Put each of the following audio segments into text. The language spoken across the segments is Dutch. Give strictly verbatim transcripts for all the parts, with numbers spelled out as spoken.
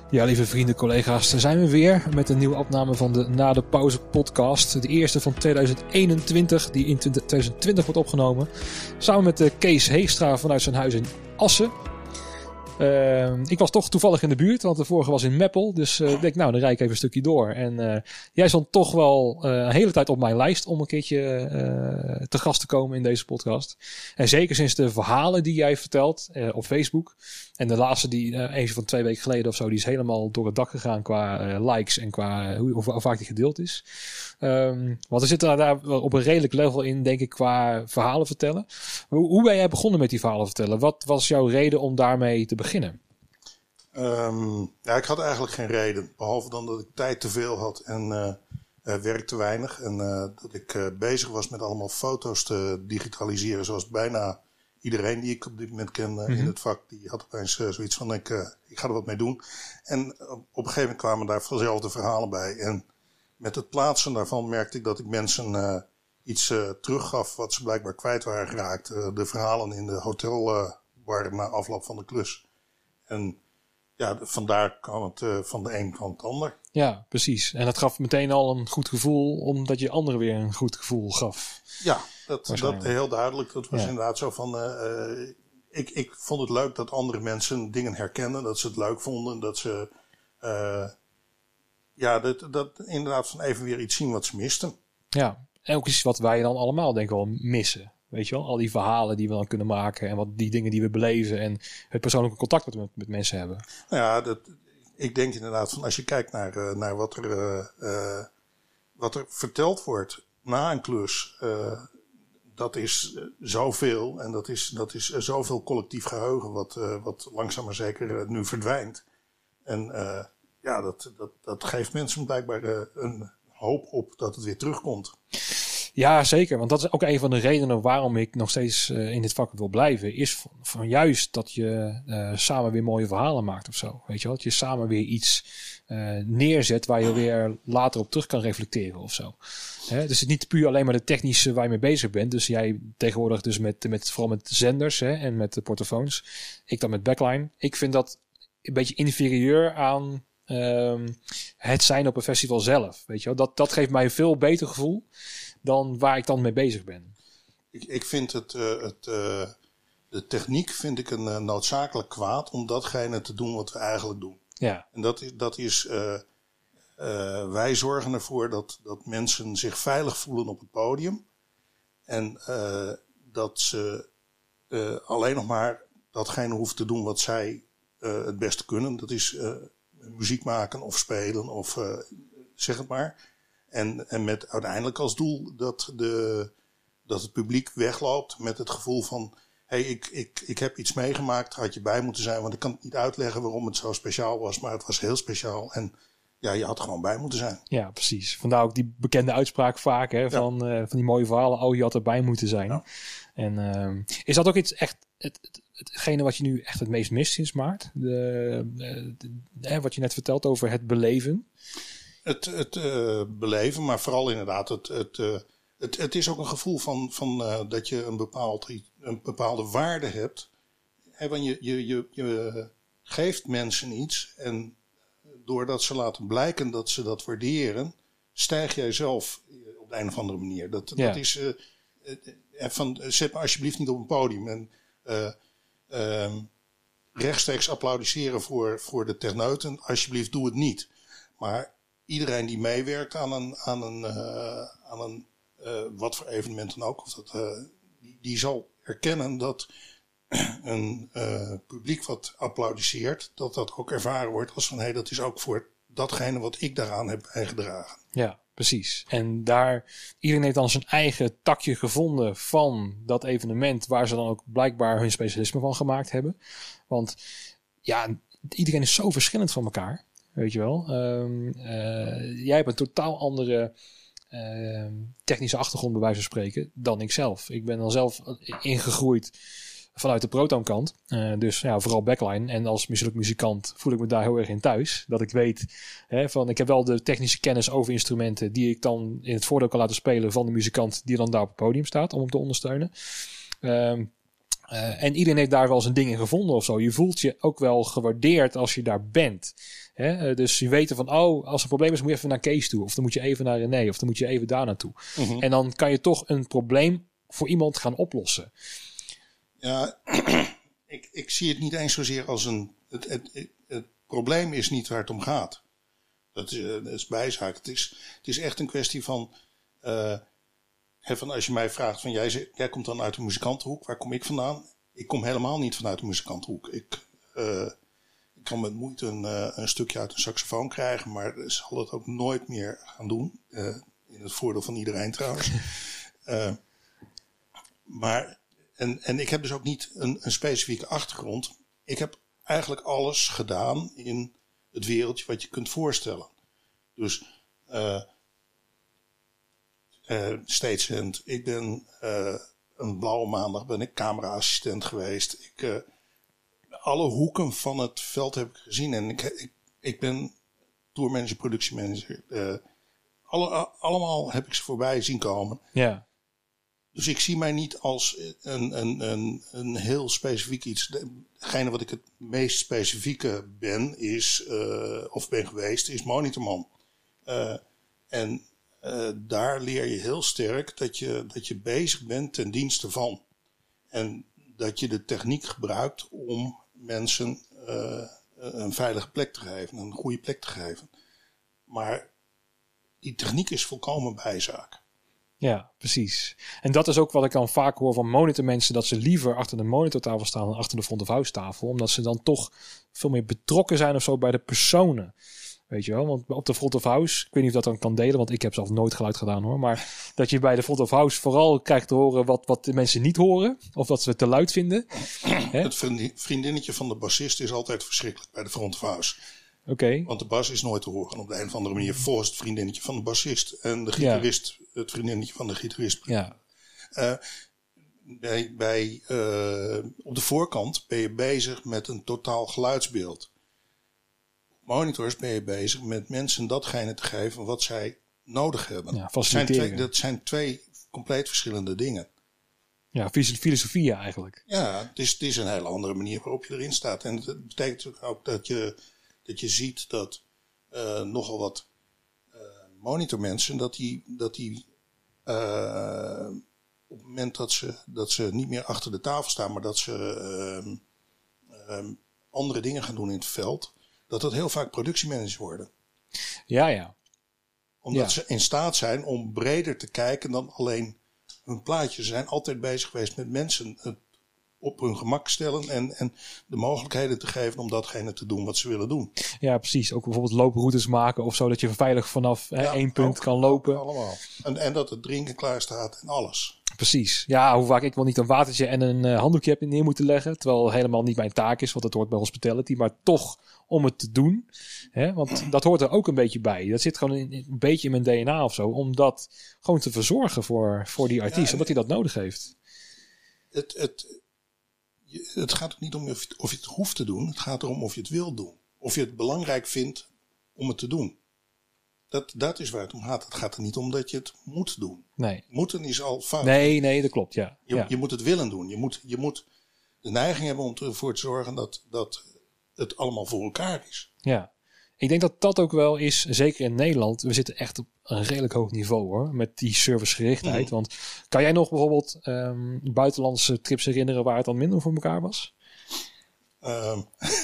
Ja, lieve vrienden, collega's, daar zijn we weer met een nieuwe opname van de Na de Pauze podcast. De eerste van tweeduizend eenentwintig, die in tweeduizend twintig wordt opgenomen. Samen met uh, Kees Heegstra vanuit zijn huis in Assen. Uh, ik was toch toevallig in de buurt, want de vorige was in Meppel. Dus uh, ik denk, nou, dan rijd ik even een stukje door. En uh, jij stond toch wel uh, een hele tijd op mijn lijst om een keertje uh, te gast te komen in deze podcast. En zeker sinds de verhalen die jij vertelt uh, op Facebook. En de laatste, die uh, even van twee weken geleden of zo, die is helemaal door het dak gegaan qua uh, likes en qua uh, hoe, hoe, hoe vaak die gedeeld is. Um, want we zitten daar op een redelijk level in, denk ik, qua verhalen vertellen. Hoe, hoe ben jij begonnen met die verhalen vertellen? Wat was jouw reden om daarmee te beginnen? Um, ja, ik had eigenlijk geen reden. Behalve dan dat ik tijd te veel had en uh, uh, werk te weinig. En uh, dat ik uh, bezig was met allemaal foto's te digitaliseren. Zoals bijna iedereen die ik op dit moment ken uh, mm-hmm. in het vak. Die had opeens uh, zoiets van, ik, uh, ik ga er wat mee doen. En uh, op een gegeven moment kwamen daar vanzelf de verhalen bij. En met het plaatsen daarvan merkte ik dat ik mensen uh, iets uh, teruggaf wat ze blijkbaar kwijt waren geraakt. Uh, de verhalen in de hotelbar uh, na afloop van de klus. En ja, vandaar kwam het uh, van de een van het ander. Ja, precies. En dat gaf meteen al een goed gevoel, omdat je anderen weer een goed gevoel gaf. Ja, dat, dat heel duidelijk. Dat was ja. inderdaad zo van... Uh, uh, ik, ik vond het leuk dat andere mensen dingen herkennen. Dat ze het leuk vonden. Dat ze... Uh, ja, dat, dat inderdaad van even weer iets zien wat ze misten. Ja, en ook iets wat wij dan allemaal denk ik wel missen. Weet je wel, al die verhalen die we dan kunnen maken en wat die dingen die we beleven en het persoonlijke contact wat we met, met mensen hebben. Nou ja, dat, ik denk inderdaad van als je kijkt naar, uh, naar wat, er, uh, uh, wat er verteld wordt na een klus, uh, dat is uh, zoveel en dat is, dat is uh, zoveel collectief geheugen wat, uh, wat langzaam maar zeker uh, nu verdwijnt. En uh, ja, dat, dat, dat geeft mensen blijkbaar uh, een hoop op dat het weer terugkomt. Ja, zeker. Want dat is ook een van de redenen waarom ik nog steeds uh, in dit vak wil blijven. Is van, van juist dat je uh, samen weer mooie verhalen maakt of zo. Weet je wel? Dat je samen weer iets uh, neerzet waar je weer later op terug kan reflecteren of zo. Hè? Dus het is niet puur alleen maar de technische waar je mee bezig bent. Dus jij tegenwoordig dus met, met vooral met zenders hè, en met de portofoons. Ik dan met backline. Ik vind dat een beetje inferieur aan um, het zijn op een festival zelf. Weet je wel? Dat, dat geeft mij een veel beter gevoel dan waar ik dan mee bezig ben. Ik, ik vind het, uh, het uh, de techniek vind ik een uh, noodzakelijk kwaad om datgene te doen wat we eigenlijk doen. Ja. En dat is, dat is uh, uh, wij zorgen ervoor dat, dat mensen zich veilig voelen op het podium. En uh, dat ze uh, alleen nog maar datgene hoeven te doen wat zij uh, het beste kunnen. Dat is uh, muziek maken of spelen of uh, zeg het maar. En, en met uiteindelijk als doel dat, de, dat het publiek wegloopt met het gevoel van... hé, hey, ik, ik, ik heb iets meegemaakt, had je bij moeten zijn. Want ik kan het niet uitleggen waarom het zo speciaal was, maar het was heel speciaal. En ja, je had er gewoon bij moeten zijn. Ja, precies. Vandaar ook die bekende uitspraak vaak hè, van, ja. uh, van die mooie verhalen. Oh, je had erbij moeten zijn. Ja. En uh, is dat ook iets echt... Het, het, hetgene wat je nu echt het meest mist sinds maart? De, de, de, de, wat je net vertelt over het beleven... Het, het uh, beleven, maar vooral inderdaad, het, het, uh, het, het is ook een gevoel van, van uh, dat je een, bepaald, een bepaalde waarde hebt. He, want je, je, je, je geeft mensen iets en doordat ze laten blijken dat ze dat waarderen, stijg jij zelf op de een of andere manier. Dat, ja. dat is, uh, uh, van, zet me alsjeblieft niet op een podium en uh, uh, rechtstreeks applaudisseren voor, voor de techneuten. Alsjeblieft, doe het niet. Maar iedereen die meewerkt aan een, aan een, uh, aan een uh, wat voor evenement dan ook, of dat, uh, die, die zal erkennen dat een uh, publiek wat applaudisseert, dat dat ook ervaren wordt als van hé, hey, dat is ook voor datgene wat ik daaraan heb bijgedragen. Ja, precies. En daar, iedereen heeft dan zijn eigen takje gevonden van dat evenement, waar ze dan ook blijkbaar hun specialisme van gemaakt hebben. Want ja, iedereen is zo verschillend van elkaar. Weet je wel. Um, uh, jij hebt een totaal andere uh, technische achtergrond bij wijze van spreken dan ik zelf. Ik ben dan zelf ingegroeid vanuit de Proton-kant. Uh, dus ja, vooral backline. En als muzikant voel ik me daar heel erg in thuis. Dat ik weet, hè, van ik heb wel de technische kennis over instrumenten die ik dan in het voordeel kan laten spelen van de muzikant die dan daar op het podium staat om hem te ondersteunen. Um, Uh, en iedereen heeft daar wel zijn dingen gevonden of zo. Je voelt je ook wel gewaardeerd als je daar bent. Hè? Uh, dus je weet van, oh, als er een probleem is, moet je even naar Kees toe. Of dan moet je even naar René. Of dan moet je even daar naartoe. Mm-hmm. En dan kan je toch een probleem voor iemand gaan oplossen. Ja, ik, ik zie het niet eens zozeer als een... Het, het, het, het probleem is niet waar het om gaat. Dat is, uh, dat is bijzaak. Het is, het is echt een kwestie van... Uh, He, van als je mij vraagt, van jij, jij komt dan uit de muzikantenhoek, waar kom ik vandaan? Ik kom helemaal niet vanuit de muzikantenhoek. Ik, uh, ik kan met moeite een, uh, een stukje uit een saxofoon krijgen, maar zal het ook nooit meer gaan doen. Uh, in het voordeel van iedereen trouwens. uh, maar, en, en ik heb dus ook niet een, een specifieke achtergrond. Ik heb eigenlijk alles gedaan in het wereldje wat je kunt voorstellen. Dus... Uh, Uh, stagehand. Ik ben uh, een blauwe maandag ben ik camera-assistent geweest. Ik, uh, alle hoeken van het veld heb ik gezien. En ik, ik, ik ben tourmanager, productiemanager. Uh, alle, allemaal heb ik ze voorbij zien komen. Ja. Dus ik zie mij niet als een, een, een, een heel specifiek iets. Degene wat ik het meest specifieke ben, is, uh, of ben geweest, is monitorman. Uh, en Uh, daar leer je heel sterk dat je, dat je bezig bent ten dienste van. En dat je de techniek gebruikt om mensen uh, een veilige plek te geven, een goede plek te geven. Maar die techniek is volkomen bijzaak. Ja, precies. En dat is ook wat ik dan vaak hoor van monitormensen, dat ze liever achter de monitortafel staan dan achter de front-of-house tafel, omdat ze dan toch veel meer betrokken zijn of zo bij de personen. Weet je wel, want op de front of house, ik weet niet of dat dan kan delen, want ik heb zelf nooit geluid gedaan hoor, maar dat je bij de front of house vooral krijgt te horen wat, wat de mensen niet horen, of dat ze het te luid vinden. Het vriendinnetje van de bassist is altijd verschrikkelijk bij de front of house. Oké. Okay. Want de bas is nooit te horen op de een of andere manier volgens het vriendinnetje van de bassist. En de gitarist, ja. Het vriendinnetje van de gitarist. Ja. Uh, bij, bij, uh, op de voorkant ben je bezig met een totaal geluidsbeeld. Monitors ben je bezig met mensen datgene te geven wat zij nodig hebben. Ja, dat, zijn twee, dat zijn twee compleet verschillende dingen. Ja, filosofie eigenlijk. Ja, het is, het is een hele andere manier waarop je erin staat. En dat betekent ook dat je, dat je ziet dat uh, nogal wat uh, monitormensen, dat die, dat die uh, op het moment dat ze, dat ze niet meer achter de tafel staan, maar dat ze uh, uh, andere dingen gaan doen in het veld, dat dat heel vaak productiemanagers worden. Ja, ja. Omdat ja. ze in staat zijn om breder te kijken dan alleen hun plaatjes. Ze zijn altijd bezig geweest met mensen het op hun gemak stellen en, en de mogelijkheden te geven om datgene te doen wat ze willen doen. Ja, precies. Ook bijvoorbeeld looproutes maken of zo, dat je veilig vanaf hè, ja, één punt ook, kan lopen. Allemaal. En, en dat het drinken klaar staat en alles. Precies. Ja, hoe vaak ik wel niet een watertje en een uh, handdoekje heb neer moeten leggen. Terwijl helemaal niet mijn taak is, want dat hoort bij hospitality. Maar toch om het te doen. Hè? Want dat hoort er ook een beetje bij. Dat zit gewoon in, een beetje in mijn D N A of zo. Om dat gewoon te verzorgen voor, voor die artiest. Ja, omdat hij dat nodig heeft. Het, het, het gaat er niet om of je, of je het hoeft te doen. Het gaat erom of je het wil doen. Of je het belangrijk vindt om het te doen. Dat, dat is waar het om gaat. Het gaat er niet om dat je het moet doen. Nee. Moeten is al fout. Nee, nee, dat klopt, ja. Je, ja. je moet het willen doen. Je moet, je moet de neiging hebben om ervoor te zorgen dat, dat het allemaal voor elkaar is. Ja. Ik denk dat dat ook wel is, zeker in Nederland. We zitten echt op een redelijk hoog niveau hoor. Met die servicegerichtheid. Mm. Want kan jij nog bijvoorbeeld um, buitenlandse trips herinneren waar het dan minder voor elkaar was? Um.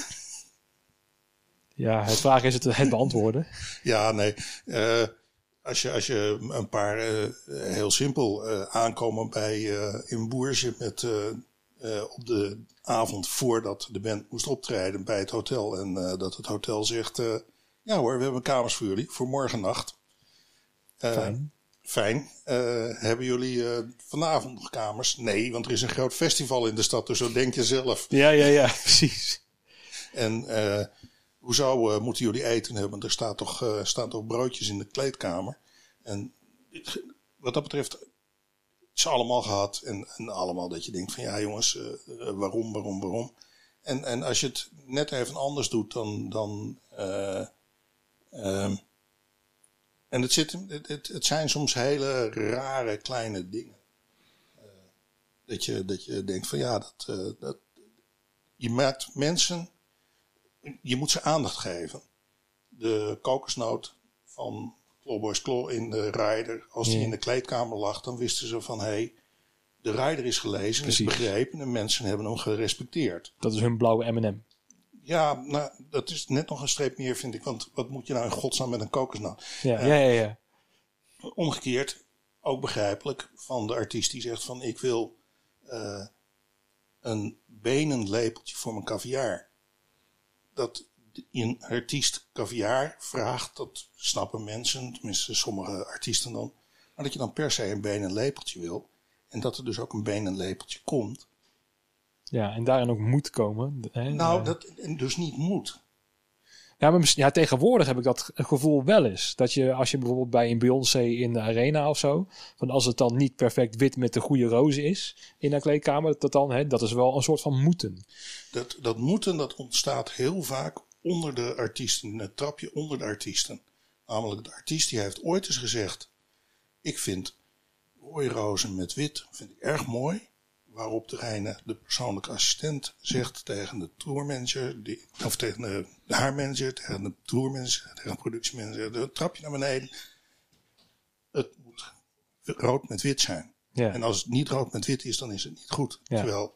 Ja, het vraag is het, het beantwoorden. Ja, nee. Uh, als, je, als je een paar uh, heel simpel uh, aankomen bij uh, in Bourges met uh, uh, op de avond voordat de band moest optreden bij het hotel. En uh, dat het hotel zegt, uh, ja hoor, we hebben kamers voor jullie voor morgennacht. Uh, fijn. Fijn. Uh, hebben jullie uh, vanavond nog kamers? Nee, want er is een groot festival in de stad, dus zo denk je zelf. Ja, ja, ja, precies. En uh, hoezo uh, moeten jullie eten hebben? Want er staat toch, uh, staan toch broodjes in de kleedkamer. En wat dat betreft, het is allemaal gehad. En, en allemaal dat je denkt van ja jongens, uh, waarom, waarom, waarom. En, en als je het net even anders doet dan... dan uh, um, en het, zit, het, het, het zijn soms hele rare kleine dingen. Uh, Dat je, dat je denkt van ja, dat, uh, dat, je maakt mensen, je moet ze aandacht geven. De kokosnoot van Clawboys Claw in de rider, als die ja. in de kleedkamer lag, dan wisten ze van hé, hey, de rider is gelezen, Precies. is begrepen en mensen hebben hem gerespecteerd. Dat is hun blauwe M en M. Ja, nou, dat is net nog een streep meer, vind ik. Want wat moet je nou in godsnaam met een kokosnoot? Ja, uh, ja, ja, ja. Omgekeerd, ook begrijpelijk van de artiest die zegt van ik wil uh, een benenlepeltje voor mijn caviar. Dat een artiest caviar vraagt, dat snappen mensen, tenminste sommige artiesten dan. Maar dat je dan per se een benenlepeltje wil. En dat er dus ook een benenlepeltje komt. Ja, en daarin ook moet komen. Hè? Nou, dat dus niet moet. Ja, maar ja, tegenwoordig heb ik dat gevoel wel eens. Dat je, als je bijvoorbeeld bij een Beyoncé in de arena of zo, van als het dan niet perfect wit met de goede rozen is in een kleedkamer, dat dan, hè, dat is wel een soort van moeten. Dat, dat moeten, dat ontstaat heel vaak onder de artiesten, het trapje onder de artiesten. Namelijk de artiest die heeft ooit eens gezegd, ik vind rode rozen met wit vind ik erg mooi. Waarop de Reine, de persoonlijke assistent, zegt tegen de tourmanager, die, of tegen de, de haarmanager, tegen de tourmanager, tegen de productiemanager, de trapje naar beneden. Het moet rood met wit zijn. Ja. En als het niet rood met wit is, dan is het niet goed. Ja. Terwijl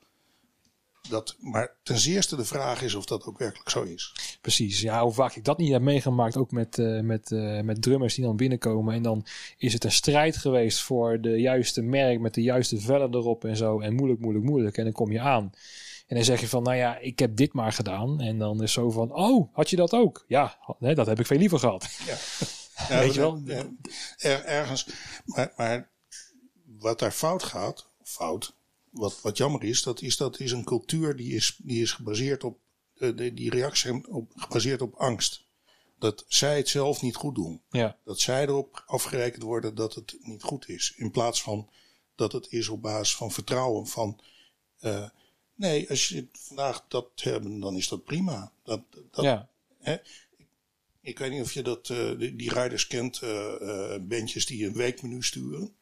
dat, maar ten zeerste de vraag is of dat ook werkelijk zo is. Precies, ja, hoe vaak ik dat niet heb meegemaakt, ook met, uh, met, uh, met drummers die dan binnenkomen. En dan is het een strijd geweest voor de juiste merk met de juiste vellen erop en zo. En moeilijk, moeilijk, moeilijk. En dan kom je aan. En dan zeg je van, nou ja, ik heb dit maar gedaan. En dan is zo van, oh, had je dat ook? Ja, nee, dat heb ik veel liever gehad. Ja, ja weet je wel? Er, ergens, maar, maar wat daar fout gaat, fout... Wat, wat jammer is, dat is, dat is een cultuur die is, die is gebaseerd op, uh, de, die reactie op, gebaseerd op angst. Dat zij het zelf niet goed doen. Ja. Dat zij erop afgerekend worden dat het niet goed is. In plaats van dat het is op basis van vertrouwen. Van, uh, nee, als je vandaag dat hebt, dan is dat prima. Dat, dat, ja. hè? Ik, ik weet niet of je dat, uh, die, die riders kent, uh, uh, bandjes die een weekmenu sturen.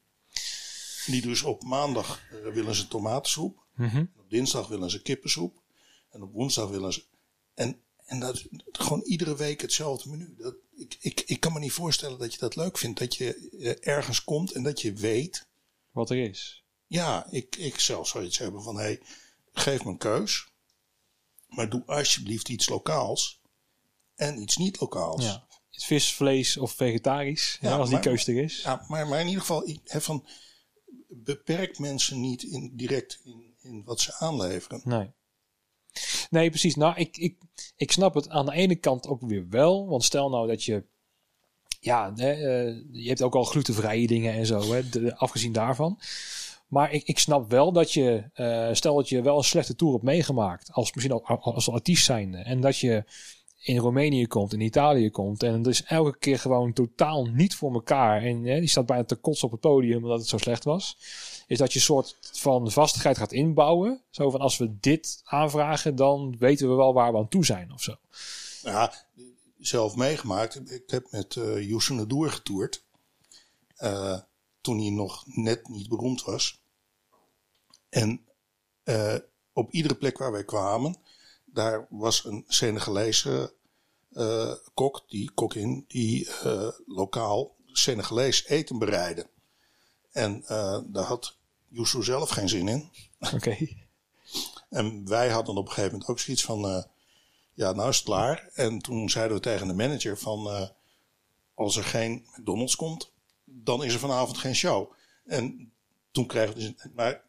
Die dus op maandag uh, willen ze tomatensoep. Mm-hmm. Op dinsdag willen ze kippensoep. En op woensdag willen ze... En, en dat gewoon iedere week hetzelfde menu. Dat, ik, ik, ik kan me niet voorstellen dat je dat leuk vindt. Dat je uh, ergens komt en dat je weet... Wat er is. Ja, ik, ik zelf zou iets hebben van... Hey, geef me een keus. Maar doe alsjeblieft iets lokaals. En iets niet lokaals. Ja. Vis, vlees of vegetarisch. Ja, ja, als maar, die keus er is. Ja, maar, maar in ieder geval... He, van, beperk mensen niet in, direct in, in wat ze aanleveren. Nee. Nee, precies. Nou, ik, ik, ik snap het aan de ene kant ook weer wel. Want stel nou dat je... Ja, hè, uh, je hebt ook al glutenvrije dingen en zo. Hè, de, afgezien daarvan. Maar ik, ik snap wel dat je... Uh, stel dat je wel een slechte tour hebt meegemaakt. Als, misschien ook als artiest zijnde. En dat je in Roemenië komt, in Italië komt. En het is elke keer gewoon totaal niet voor elkaar. En hè, die staat bijna te kotsen op het podium omdat het zo slecht was. Is dat je een soort van vastigheid gaat inbouwen. Zo van, als we dit aanvragen, dan weten we wel waar we aan toe zijn of zo. Ja, zelf meegemaakt. Ik heb met uh, Youssou N'Dour getoerd. Uh, toen hij nog net niet beroemd was. En uh, op iedere plek waar wij kwamen, daar was een Senegalese uh, kok, die kokin, die uh, lokaal Senegalees eten bereidde. En uh, daar had Youssou zelf geen zin in. Oké. Okay. En wij hadden op een gegeven moment ook zoiets van, uh, ja, nou is het klaar. En toen zeiden we tegen de manager van, uh, als er geen McDonald's komt, dan is er vanavond geen show. En toen kregen we dus, maar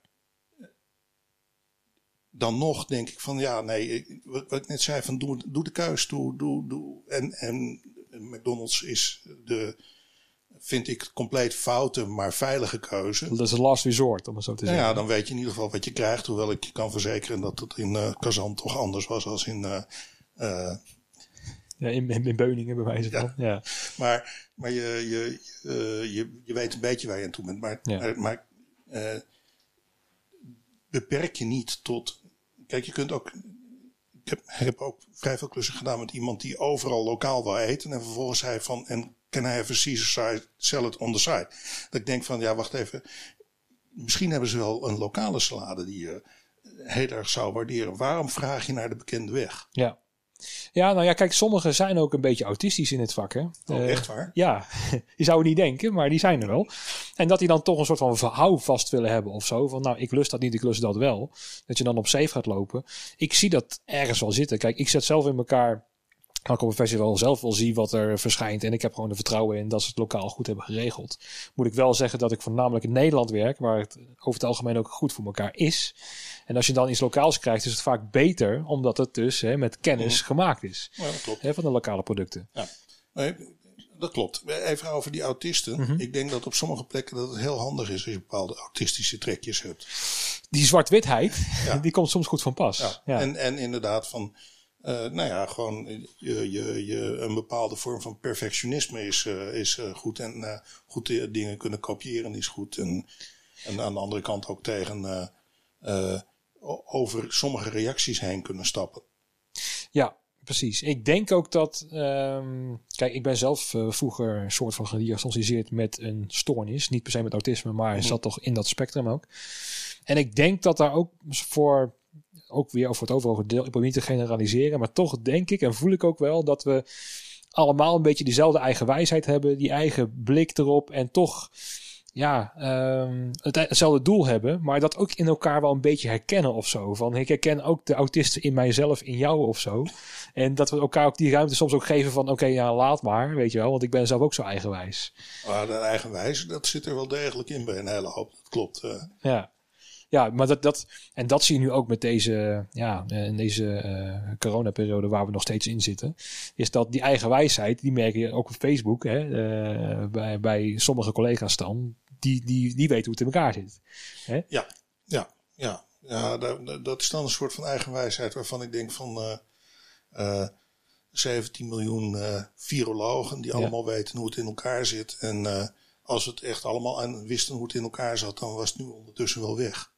dan nog denk ik van, ja, nee, wat, wat ik net zei, van doe, doe de keus, doe, doe, doe. En, en McDonald's is de, vind ik, compleet foute, maar veilige keuze. Dat is een last resort, om het zo te zeggen. Ja, dan weet je in ieder geval wat je krijgt, hoewel ik je kan verzekeren dat het in uh, Kazan toch anders was als in... Uh, uh, ja, in, in, in Beuningen bij wijze van. Ja. Ja. Maar, maar je, je, uh, je, je weet een beetje waar je aan toe bent. Maar, ja. maar, maar uh, beperk je niet tot... Kijk, je kunt ook... Ik heb, ik heb ook vrij veel klussen gedaan met iemand die overal lokaal wil eten. En vervolgens zei van... En can I have a Caesar salad on the side? Dat ik denk van, ja, wacht even. misschien hebben ze wel een lokale salade die je heel erg zou waarderen. Waarom vraag je naar de bekende weg? Ja. Ja, nou ja, kijk, sommigen zijn ook een beetje autistisch in het vak. Hè? Oh, uh, echt waar? Ja, je zou het niet denken, maar die zijn er wel. En dat die dan toch een soort van houvast willen hebben of zo. Van nou, ik lust dat niet, ik lust dat wel. Dat je dan op safe gaat lopen. Ik zie dat ergens wel zitten. Kijk, ik zet zelf in elkaar... Als ik op een festival zelf wel zie wat er verschijnt. En ik heb gewoon er vertrouwen in dat ze het lokaal goed hebben geregeld. Moet ik wel zeggen dat ik voornamelijk in Nederland werk. Waar het over het algemeen ook goed voor elkaar is. En als je dan iets lokaals krijgt is het vaak beter. Omdat het dus hè, met kennis mm. gemaakt is. Ja, dat klopt. Hè, van de lokale producten. Ja, nee, dat klopt. Even over die autisten. Mm-hmm. Ik denk dat op sommige plekken dat het heel handig is als je bepaalde autistische trekjes hebt. Die zwart-witheid, ja. die komt soms goed van pas. Ja. Ja. En, en inderdaad van... Uh, nou ja, gewoon je, je, je, een bepaalde vorm van perfectionisme is, uh, is uh, goed. En uh, goed dingen kunnen kopiëren is goed. En, en aan de andere kant ook tegen uh, uh, over sommige reacties heen kunnen stappen. Ja, precies. Ik denk ook dat... Um, kijk, ik ben zelf uh, vroeger een soort van gediagnosticeerd met een stoornis. Niet per se met autisme, maar mm-hmm. zat toch in dat spectrum ook. En ik denk dat daar ook voor... ook weer over het overige deel, ik probeer niet te generaliseren, maar toch denk ik en voel ik ook wel dat we allemaal een beetje diezelfde eigen wijsheid hebben, die eigen blik erop en toch ja, um, het, hetzelfde doel hebben, maar dat ook in elkaar wel een beetje herkennen of zo. Van ik herken ook de autisten in mijzelf, in jou of zo. En dat we elkaar ook die ruimte soms ook geven van oké, okay, ja, laat maar, weet je wel, want ik ben zelf ook zo eigenwijs. Maar de eigenwijs, dat zit er wel degelijk in bij een hele hoop, dat klopt. Uh. Ja. Ja, maar dat, dat, en dat zie je nu ook met deze, ja, in deze uh, coronaperiode waar we nog steeds in zitten. Is dat die eigen wijsheid, die merk je ook op Facebook, hè, uh, bij, bij sommige collega's dan, die, die, die weten hoe het in elkaar zit. Hè? Ja, ja, ja. ja dat, dat is dan een soort van eigen wijsheid waarvan ik denk van uh, uh, zeventien miljoen uh, virologen die allemaal ja. weten hoe het in elkaar zit. En uh, als we het echt allemaal aan wisten hoe het in elkaar zat, dan was het nu ondertussen wel weg.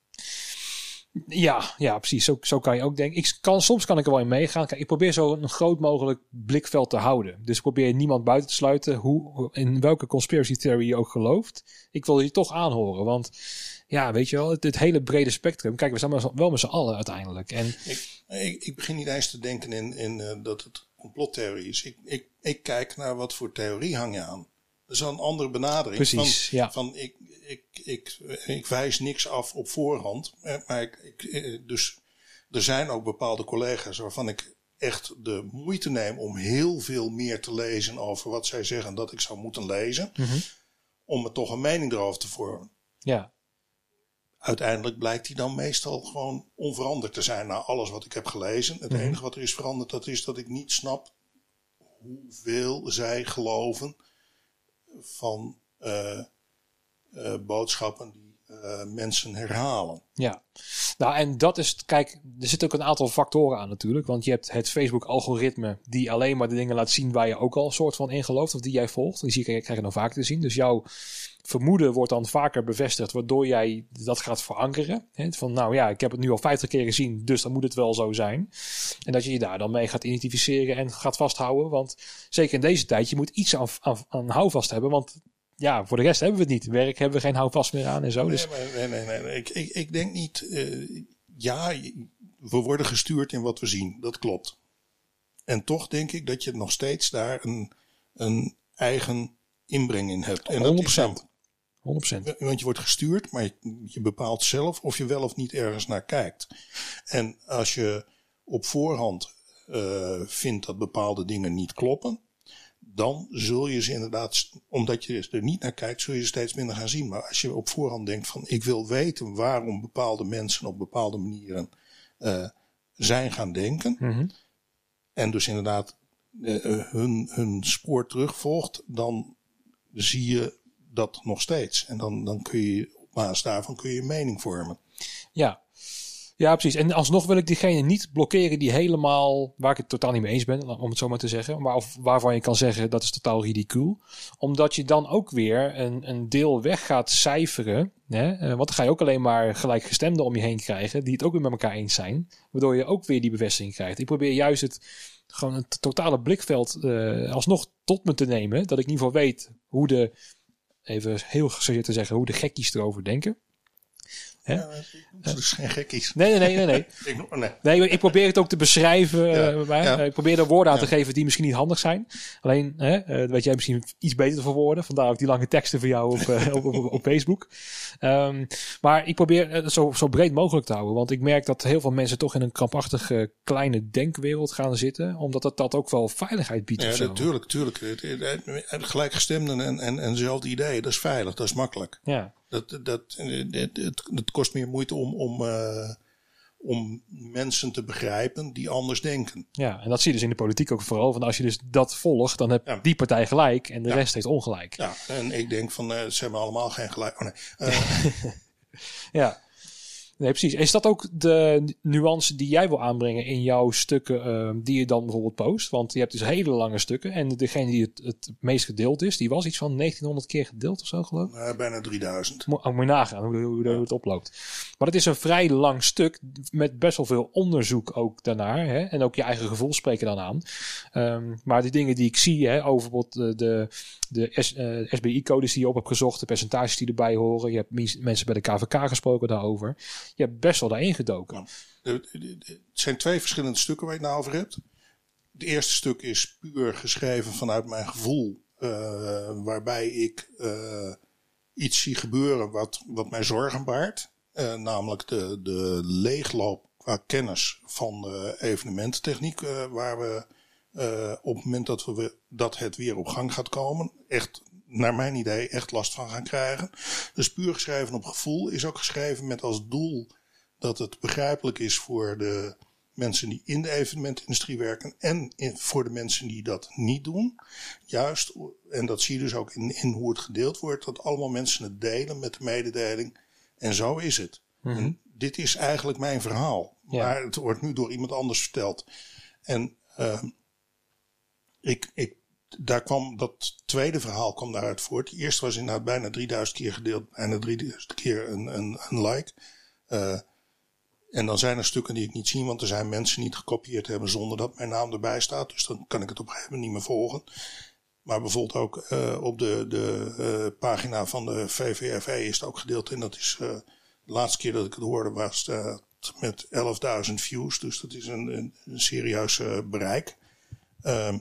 Ja, ja, precies. Zo, zo kan je ook denken. Ik kan, soms kan ik er wel in meegaan. Kijk, ik probeer zo een groot mogelijk blikveld te houden. Dus ik probeer niemand buiten te sluiten. Hoe, in welke conspiracy theory je ook gelooft. Ik wil je toch aanhoren. Want ja, weet je wel, het, het hele brede spectrum. Kijk, we zijn wel met z'n allen uiteindelijk. En ik, ik, ik begin niet eens te denken in, in uh, dat het complottheorie is. Ik, ik, ik kijk naar wat voor theorie hang je aan. Dat is een andere benadering. Precies, van, ja. van ik, ik, ik, ik wijs niks af op voorhand. Maar ik, ik, dus er zijn ook bepaalde collega's waarvan ik echt de moeite neem om heel veel meer te lezen over wat zij zeggen dat ik zou moeten lezen. Mm-hmm. Om me toch een mening erover te vormen. Ja. Uiteindelijk blijkt die dan meestal gewoon onveranderd te zijn na alles wat ik heb gelezen. Het mm-hmm. enige wat er is veranderd, dat is dat ik niet snap hoeveel zij geloven van uh, uh, boodschappen die uh, mensen herhalen. Ja, nou en dat is, kijk, er zitten ook een aantal factoren aan natuurlijk. Want je hebt het Facebook-algoritme die alleen maar de dingen laat zien waar je ook al een soort van in gelooft. Of die jij volgt. Die zie je, krijg je dan vaker te zien. Dus jouw vermoeden wordt dan vaker bevestigd, waardoor jij dat gaat verankeren. Hè? Van nou ja, ik heb het nu al vijftig keer gezien, dus dan moet het wel zo zijn. En dat je je daar dan mee gaat identificeren en gaat vasthouden. Want zeker in deze tijd, je moet iets aan, aan, aan houvast hebben. Want ja, voor de rest hebben we het niet. Werk hebben we geen houvast meer aan en zo. Nee, Dus... nee, nee, nee, nee. Ik, ik, ik denk niet... Uh, ja, we worden gestuurd in wat we zien. Dat klopt. En toch denk ik dat je nog steeds daar een, een eigen inbreng in hebt. En honderd procent. Dat is honderd procent. Want je wordt gestuurd, maar je, je bepaalt zelf of je wel of niet ergens naar kijkt. En als je op voorhand uh, vindt dat bepaalde dingen niet kloppen, dan zul je ze inderdaad, omdat je er niet naar kijkt, zul je ze steeds minder gaan zien. Maar als je op voorhand denkt van ik wil weten waarom bepaalde mensen op bepaalde manieren uh, zijn gaan denken. Mm-hmm. En dus inderdaad uh, hun, hun spoor terugvolgt, dan zie je dat nog steeds. En dan, dan kun je op basis daarvan kun je een mening vormen. Ja. Ja, precies. En alsnog wil ik diegene niet blokkeren die helemaal, waar ik het totaal niet mee eens ben, om het zo maar te zeggen. Maar of waarvan je kan zeggen, dat is totaal ridicuul. Omdat je dan ook weer een, een deel weg gaat cijferen. Hè? Want dan ga je ook alleen maar gelijkgestemden om je heen krijgen, die het ook weer met elkaar eens zijn. Waardoor je ook weer die bevestiging krijgt. Ik probeer juist het, gewoon het totale blikveld uh, alsnog tot me te nemen. Dat ik in ieder geval weet hoe de, even heel gechargeerd te zeggen, hoe de gekkies erover denken. Hè? Ja, dat is geen gekkies. Nee, nee, nee, nee. nee. ik, nee. nee ik probeer het ook te beschrijven. Ja, Uh, bij. ja. Uh, ik probeer er woorden aan ja. te geven die misschien niet handig zijn. Alleen, hè, uh, dat weet jij misschien iets beter te verwoorden. Vandaar ook die lange teksten voor jou op, uh, op, op, op, op Facebook. Um, maar ik probeer het zo, zo breed mogelijk te houden. Want ik merk dat heel veel mensen toch in een krampachtige kleine denkwereld gaan zitten. Omdat dat, dat ook wel veiligheid biedt. Ja, of zo. natuurlijk, natuurlijk. Gelijkgestemden en, en, en dezelfde ideeën, dat is veilig, dat is makkelijk. Ja. Dat, dat, dat, het, het, het kost meer moeite om, om, uh, om mensen te begrijpen die anders denken. Ja, en dat zie je dus in de politiek ook vooral. Van als je dus dat volgt, dan heb ja. die partij gelijk en de ja. rest heeft ongelijk. Ja, en ik denk van, uh, ze hebben allemaal geen gelijk. Oh, nee. uh, ja. Nee, precies. Is dat ook de nuance die jij wil aanbrengen in jouw stukken uh, die je dan bijvoorbeeld post? Want je hebt dus hele lange stukken. En degene die het, het meest gedeeld is, die was iets van negentienhonderd keer gedeeld of zo, geloof ik? Uh, bijna drieduizend. Mo- oh, moet je nagaan hoe, hoe, hoe het oploopt. Maar het is een vrij lang stuk met best wel veel onderzoek ook daarnaar. Hè? En ook je eigen gevoel spreken dan aan. Um, maar die dingen die ik zie, hè, over bijvoorbeeld de, de S, uh, S B I-codes die je op hebt gezocht, de percentages die erbij horen. Je hebt mis, mensen bij de K V K gesproken daarover. Je hebt best wel daarin gedoken. Ja. Het zijn twee verschillende stukken waar je het nou over hebt. Het eerste stuk is puur geschreven vanuit mijn gevoel. Uh, waarbij ik uh, iets zie gebeuren wat, wat mij zorgen baart. Uh, namelijk de, de leegloop qua kennis van de evenemententechniek. Uh, waar we uh, op het moment dat, we, dat het weer op gang gaat komen, echt, naar mijn idee, echt last van gaan krijgen. Dus puur geschreven op gevoel, is ook geschreven met als doel dat het begrijpelijk is voor de mensen die in de evenementindustrie werken en in, voor de mensen die dat niet doen. Juist, en dat zie je dus ook in, in hoe het gedeeld wordt, dat allemaal mensen het delen met de mededeling. En zo is het. Mm-hmm. En dit is eigenlijk mijn verhaal. Ja. Maar het wordt nu door iemand anders verteld. En uh, ik, ik, daar kwam dat tweede verhaal kwam daaruit voort. Het eerste was inderdaad bijna drieduizend keer gedeeld, bijna drieduizend keer een, een, een like. Uh, En dan zijn er stukken die ik niet zie, want er zijn mensen die het gekopieerd hebben zonder dat mijn naam erbij staat. Dus dan kan ik het op een gegeven moment niet meer volgen. Maar bijvoorbeeld ook uh, op de, de uh, pagina van de V V F E is het ook gedeeld. En dat is uh, de laatste keer dat ik het hoorde was uh, met elfduizend views. Dus dat is een, een, een serieus uh, bereik. Uh,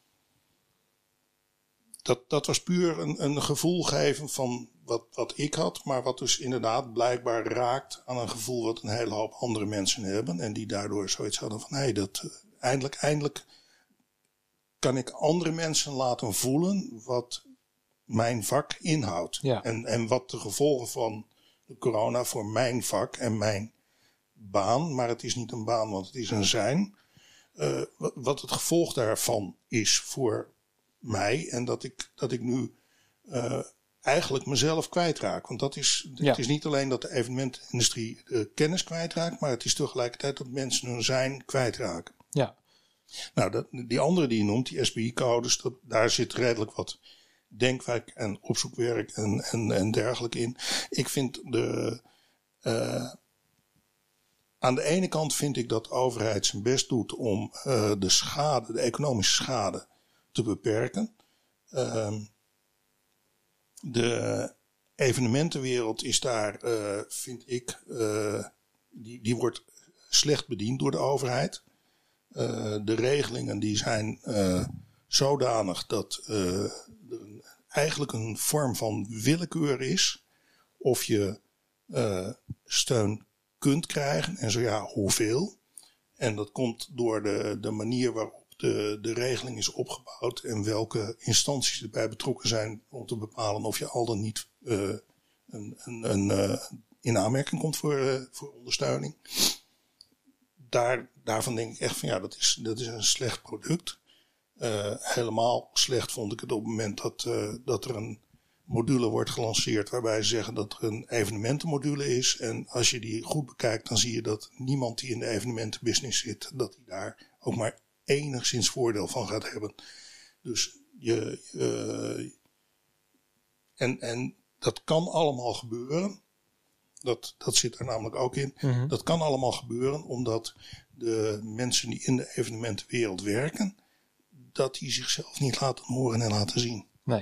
dat, dat was puur een, een gevoel geven van wat, wat ik had. Maar wat dus inderdaad blijkbaar raakt aan een gevoel wat een hele hoop andere mensen hebben. En die daardoor zoiets hadden van, hé, hey, dat uh, eindelijk, eindelijk kan ik andere mensen laten voelen wat mijn vak inhoudt. Ja. En, en wat de gevolgen van de corona voor mijn vak en mijn baan, maar het is niet een baan, want het is een zijn. Uh, wat het gevolg daarvan is voor mij. En dat ik, dat ik nu uh, eigenlijk mezelf kwijtraak. Want dat is, ja. Het is niet alleen dat de evenementindustrie uh, kennis kwijtraakt, maar het is tegelijkertijd dat mensen hun zijn kwijtraken. Ja. Nou, dat, die andere die je noemt, die S B I-codes, dat, daar zit redelijk wat denkwerk en opzoekwerk en, en, en dergelijke in. Ik vind de... Uh, aan de ene kant vind ik dat de overheid zijn best doet om uh, de schade, de economische schade, te beperken. Uh, de evenementenwereld is daar, uh, vind ik, uh, die, die wordt slecht bediend door de overheid. Uh, de regelingen die zijn uh, zodanig dat uh, er een, eigenlijk een vorm van willekeur is of je uh, steun kunt krijgen en zo ja, hoeveel. En dat komt door de, de manier waarop de, de regeling is opgebouwd en welke instanties erbij betrokken zijn om te bepalen of je al dan niet uh, een, een, een, uh, in aanmerking komt voor, uh, voor ondersteuning. Daar, daarvan denk ik echt van ja, dat is, dat is een slecht product. Uh, helemaal slecht vond ik het op het moment dat, uh, dat er een module wordt gelanceerd waarbij ze zeggen dat er een evenementenmodule is. En als je die goed bekijkt, dan zie je dat niemand die in de evenementenbusiness zit, dat hij daar ook maar enigszins voordeel van gaat hebben. Dus je, uh, en, en dat kan allemaal gebeuren. Dat, dat zit er namelijk ook in. Mm-hmm. Dat kan allemaal gebeuren omdat de mensen die in de evenementenwereld werken, dat die zichzelf niet laten horen en laten zien. Nee.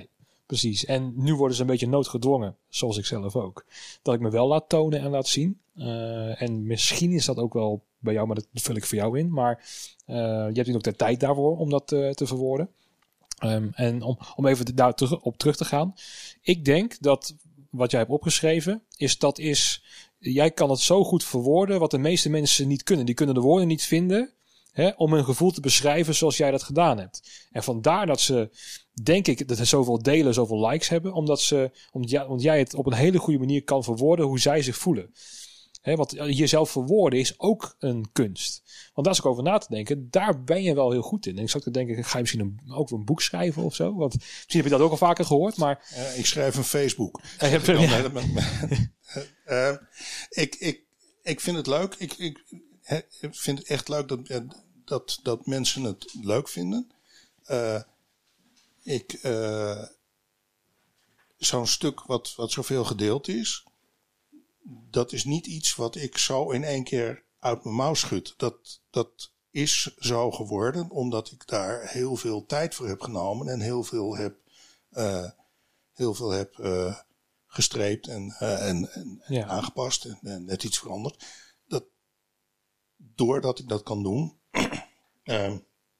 Precies. En nu worden ze een beetje noodgedwongen, zoals ik zelf ook. Dat ik me wel laat tonen en laat zien. Uh, en misschien is dat ook wel bij jou, maar dat vul ik voor jou in. Maar uh, je hebt nu ook de tijd daarvoor om dat uh, te verwoorden. Um, en om, om even daar terug, op terug te gaan. Ik denk dat wat jij hebt opgeschreven, is dat is... Jij kan het zo goed verwoorden wat de meeste mensen niet kunnen. Die kunnen de woorden niet vinden... Hè, om hun gevoel te beschrijven zoals jij dat gedaan hebt. En vandaar dat ze, denk ik, dat ze zoveel delen, zoveel likes hebben. Omdat, ze, omdat, jij, omdat jij het op een hele goede manier kan verwoorden hoe zij zich voelen. Hè, want jezelf verwoorden is ook een kunst. Want daar is ook over na te denken. Daar ben je wel heel goed in. En ik zou te denken, ga je misschien een, ook een boek schrijven of zo? Want misschien heb je dat ook al vaker gehoord. Maar... Uh, ik schrijf een Facebook. Uh, ik, dan, ja. uh, ik, ik, ik vind het leuk. Ik, ik, ik vind het echt leuk dat... Uh, Dat, dat mensen het leuk vinden. Uh, ik, uh, zo'n stuk wat, wat zoveel gedeeld is, dat is niet iets wat ik zo in één keer uit mijn mouw schud. Dat, dat is zo geworden, omdat ik daar heel veel tijd voor heb genomen en heel veel heb, uh, heel veel heb uh, gestreept en, uh, en, en, ja. en aangepast en, en net iets veranderd. Dat, doordat ik dat kan doen. Uh,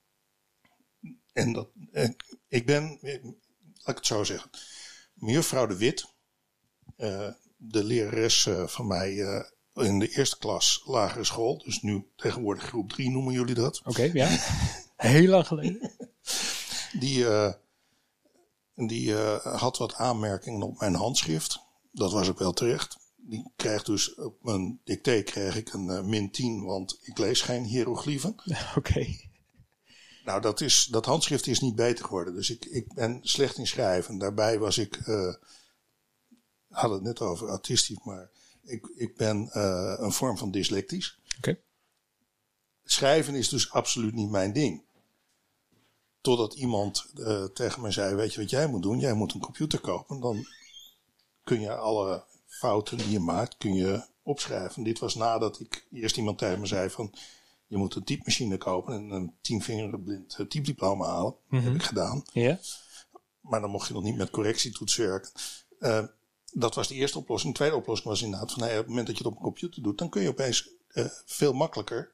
en dat, uh, ik ben, laat ik het zo zeggen, mevrouw de Wit, uh, de lerares uh, van mij uh, in de eerste klas lagere school, dus nu tegenwoordig groep drie noemen jullie dat. Oké, okay, ja. Heel lang geleden. Die, uh, die uh, had wat aanmerkingen op mijn handschrift. Dat was ook wel terecht. Die krijgt dus op mijn dicté kreeg ik een uh, min tien, want ik lees geen hieroglyphen. Oké. Okay. Nou, dat, is, dat handschrift is niet beter geworden. Dus ik, ik ben slecht in schrijven. Daarbij was ik, uh, had het net over autistisch, maar ik, ik ben uh, een vorm van dyslectisch. Oké. Okay. Schrijven is dus absoluut niet mijn ding. Totdat iemand uh, tegen mij zei, weet je wat jij moet doen? Jij moet een computer kopen. Dan kun je alle fouten die je maakt, kun je opschrijven. Dit was nadat ik eerst iemand tegen me zei van, je moet een typemachine kopen en een tienvingerblind typediploma halen. Mm-hmm. Dat heb ik gedaan. Yeah. Maar dan mocht je nog niet met correctietoets werken. Uh, dat was de eerste oplossing. De tweede oplossing was inderdaad van, hey, op het moment dat je het op een computer doet, dan kun je opeens uh, veel makkelijker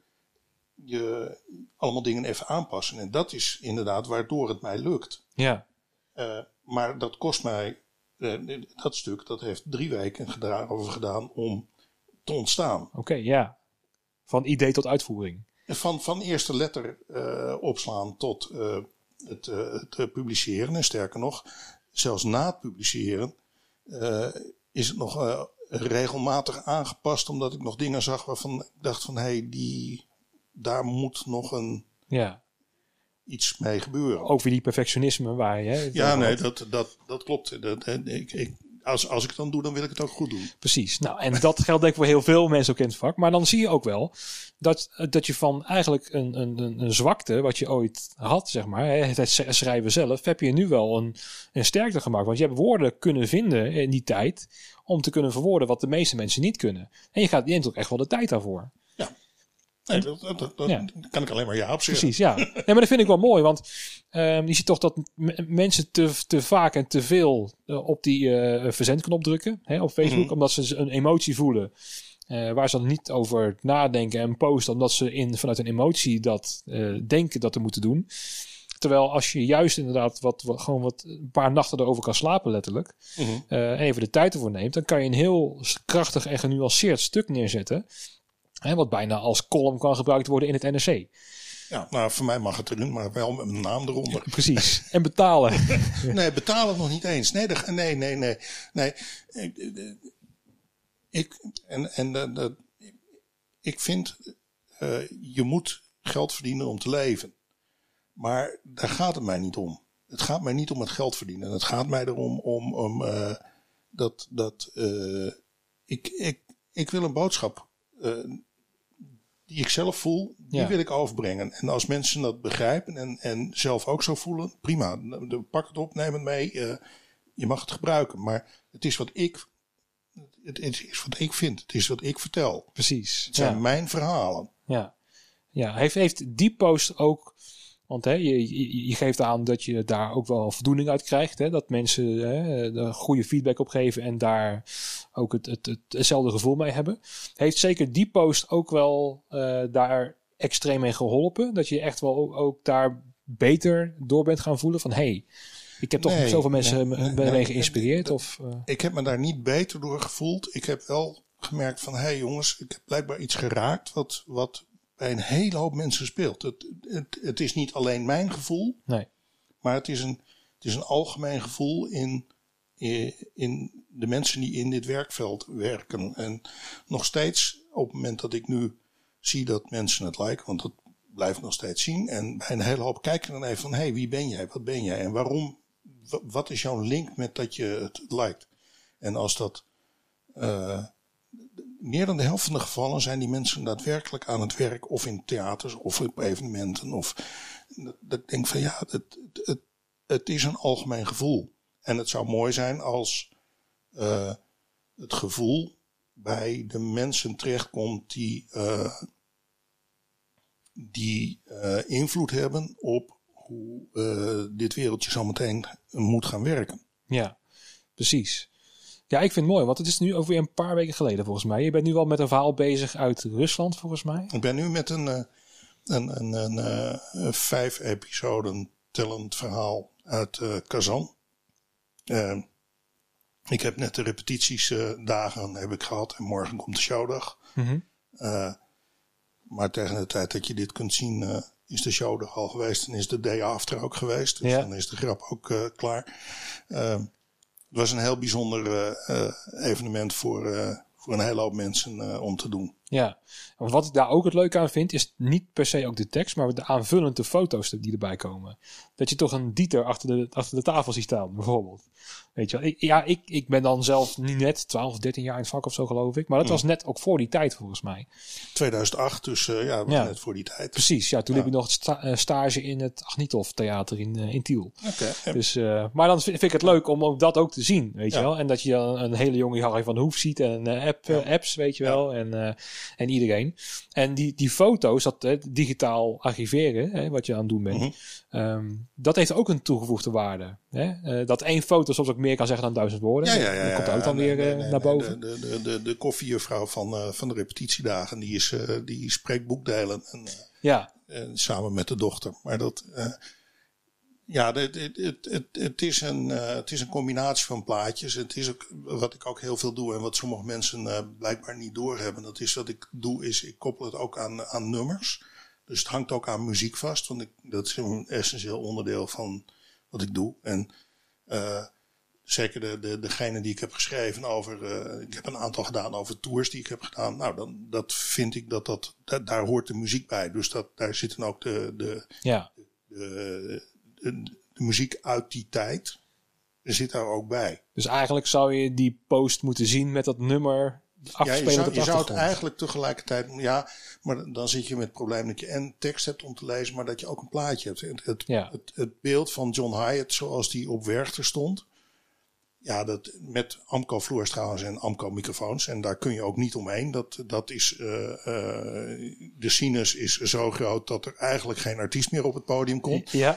je allemaal dingen even aanpassen. En dat is inderdaad waardoor het mij lukt. Ja. Uh, maar dat kost mij, uh, dat stuk, dat heeft drie weken gedaan, over gedaan om te ontstaan. Oké, okay, ja. Van idee tot uitvoering. Van, van eerste letter uh, opslaan tot uh, het, uh, het uh, publiceren. En sterker nog, zelfs na het publiceren uh, is het nog uh, regelmatig aangepast. Omdat ik nog dingen zag waarvan ik dacht van, hé, hey, die, daar moet nog een, ja. iets mee gebeuren. Ook weer die perfectionisme waar je... Hè, ja, nee, dat, dat, dat klopt. Dat, ik, ik, Als, als ik het dan doe, dan wil ik het ook goed doen. Precies. Nou, en dat geldt denk ik voor heel veel mensen ook in het vak. Maar dan zie je ook wel dat, dat je van eigenlijk een, een, een zwakte, wat je ooit had, zeg maar, het schrijven zelf, heb je nu wel een, een sterkte gemaakt. Want je hebt woorden kunnen vinden in die tijd om te kunnen verwoorden wat de meeste mensen niet kunnen. En je, gaat, je neemt ook echt wel de tijd daarvoor. Ja. Nee, dat, dat, dat, dat ja. kan ik alleen maar ja op zeggen. Precies, ja. Nee, maar dat vind ik wel mooi, want um, je ziet toch dat m- mensen te, te vaak en te veel uh, op die uh, verzendknop drukken, hè, op Facebook, mm-hmm. omdat ze een emotie voelen uh, waar ze dan niet over nadenken en posten, omdat ze in, vanuit een emotie dat uh, denken dat te moeten doen. Terwijl als je juist inderdaad wat, wat, gewoon wat, een paar nachten erover kan slapen letterlijk, mm-hmm. uh, en even de tijd ervoor neemt, dan kan je een heel krachtig en genuanceerd stuk neerzetten. Hè, wat bijna als column kan gebruikt worden in het N R C. Ja, nou voor mij mag het erin, maar wel met mijn naam eronder. Ja, precies. En betalen. Nee, betalen nog niet eens. Nee, de, nee, nee, nee. nee. Ik, ik, en, en de, de, ik vind, uh, je moet geld verdienen om te leven. Maar daar gaat het mij niet om. Het gaat mij niet om het geld verdienen. Het gaat mij erom om, om uh, dat, dat uh, ik, ik, ik wil een boodschap Uh, die ik zelf voel, die ja. wil ik overbrengen. En als mensen dat begrijpen en, en zelf ook zo voelen, prima. Pak het op, neem het mee. Uh, je mag het gebruiken. Maar het is wat ik, het, het is wat ik vind. Het is wat ik vertel. Precies. Het zijn ja. mijn verhalen. Ja. Ja. Heeft, heeft die post ook Want hè, je, je, je geeft aan dat je daar ook wel voldoening uit krijgt. Hè? Dat mensen hè, er goede feedback op geven en daar ook het, het, het, hetzelfde gevoel mee hebben. Heeft zeker die post ook wel uh, daar extreem mee geholpen? Dat je echt wel ook, ook daar beter door bent gaan voelen van... hey, ik heb toch nee, zoveel mensen nee, mee nee, geïnspireerd? Nee, of, uh... Ik heb me daar niet beter door gevoeld. Ik heb wel gemerkt van... hé hey jongens, ik heb blijkbaar iets geraakt wat... wat bij een hele hoop mensen speelt. Het, het, het is niet alleen mijn gevoel, nee. maar het is, een, het is een algemeen gevoel in, in de mensen die in dit werkveld werken. En nog steeds, op het moment dat ik nu zie dat mensen het liken, want dat blijf ik nog steeds zien, en bij een hele hoop kijken dan even van, hé, hey, wie ben jij, wat ben jij en waarom, wat is jouw link met dat je het liked? En als dat... Uh, meer dan de helft van de gevallen zijn die mensen daadwerkelijk aan het werk, of in theaters, of op evenementen. Of, dat ik denk van ja, het, het, het is een algemeen gevoel. En het zou mooi zijn als uh, het gevoel bij de mensen terechtkomt die, uh, die uh, invloed hebben op hoe uh, dit wereldje zo meteen moet gaan werken. Ja, precies. Ja, ik vind het mooi, want het is nu over weer een paar weken geleden volgens mij. Je bent nu al met een verhaal bezig uit Rusland volgens mij. Ik ben nu met een, uh, een, een, een, uh, een vijf episoden tellend verhaal uit uh, Kazan. Uh, ik heb net de repetities uh, dagen heb ik gehad en morgen komt de showdag. Mm-hmm. Uh, maar tegen de tijd dat je dit kunt zien uh, is de showdag al geweest en is de day after ook geweest. Dus ja. Dan is de grap ook uh, klaar. Uh, Het was een heel bijzonder uh, uh, evenement voor, uh, voor een hele hoop mensen uh, om te doen. Ja, want wat ik daar ook het leuke aan vind, is niet per se ook de tekst, maar de aanvullende foto's die erbij komen. Dat je toch een Dieter achter de, achter de tafel ziet staan, bijvoorbeeld. Weet je wel, ik, ja, ik, ik ben dan zelf niet net twaalf, dertien jaar in het vak of zo, geloof ik. Maar dat mm. was net ook voor die tijd, volgens mij. tweeduizend acht, dus uh, ja, dat was ja. net voor die tijd. Precies, ja, toen ja. liep ik nog sta- stage in het Agnitov Theater in, uh, in Tiel. Okay. Dus, uh, maar dan vind, vind ik het leuk om ook dat ook te zien, weet ja. je wel. En dat je dan een hele jonge Harry van Hoef ziet en uh, app, ja. uh, apps, weet je wel. Ja. En, uh, en iedereen. En die, die foto's, dat uh, digitaal archiveren, hè, wat je aan het doen bent, mm-hmm. um, dat heeft ook een toegevoegde waarde. Hè? Uh, dat één foto soms ook meer kan zeggen dan duizend woorden. Ja, ja, ja, dat komt ook dan nee, weer nee, uh, nee, naar nee, boven. De, de, de, de koffiejuffrouw van, uh, van de repetitiedagen, die, is, uh, die spreekt boekdelen. En, uh, ja. uh, samen met de dochter. Maar dat... Uh, Ja, het, het, het, het, het, is een, uh, het is een combinatie van plaatjes. Het is ook wat ik ook heel veel doe en wat sommige mensen uh, blijkbaar niet doorhebben. Dat is wat ik doe, is ik koppel het ook aan, aan nummers. Dus het hangt ook aan muziek vast, want ik, dat is een essentieel onderdeel van wat ik doe. En uh, zeker de, de, degene die ik heb geschreven over, uh, ik heb een aantal gedaan over tours die ik heb gedaan. Nou, dan dat vind ik dat dat, dat daar hoort de muziek bij. Dus dat, daar zitten ook de, de, ja. de, de De, de muziek uit die tijd zit daar ook bij. Dus eigenlijk zou je die post moeten zien met dat nummer afspelen. Ja, je zou, op de je zou het eigenlijk tegelijkertijd... Ja, maar dan zit je met het probleem dat je en tekst hebt om te lezen, maar dat je ook een plaatje hebt. Het, het, ja. het, het beeld van John Hyatt zoals die op Werchter stond. Ja, dat met Amco Floors trouwens en Amco microfoons. En daar kun je ook niet omheen. Dat, dat is, uh, uh, de sinus is zo groot dat er eigenlijk geen artiest meer op het podium komt. Ja.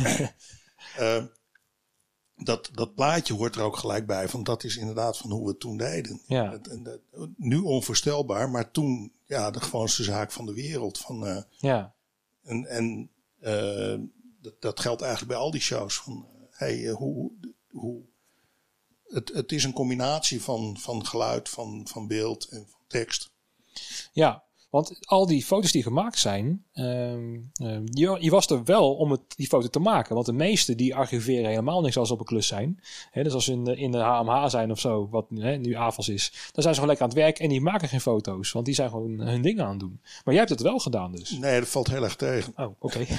uh, dat, dat plaatje hoort er ook gelijk bij. Van dat is inderdaad van hoe we het toen deden. Ja. En, en, en, nu onvoorstelbaar, maar toen ja, de gewoonste zaak van de wereld. Van, uh, ja. En, en uh, dat, dat geldt eigenlijk bij al die shows. Van, uh, hey, uh, hoe... hoe Het, het is een combinatie van, van geluid, van, van beeld en van tekst. Ja, want al die foto's die gemaakt zijn, um, um, je, je was er wel om het, die foto te maken. Want de meeste die archiveren helemaal niks als ze op een klus zijn. He, dus als ze in de, in de H M H zijn of zo, wat he, nu A F A S is, dan zijn ze gewoon lekker aan het werk en die maken geen foto's. Want die zijn gewoon hun dingen aan het doen. Maar jij hebt het wel gedaan dus. Nee, dat valt heel erg tegen. Oh, oké. Okay.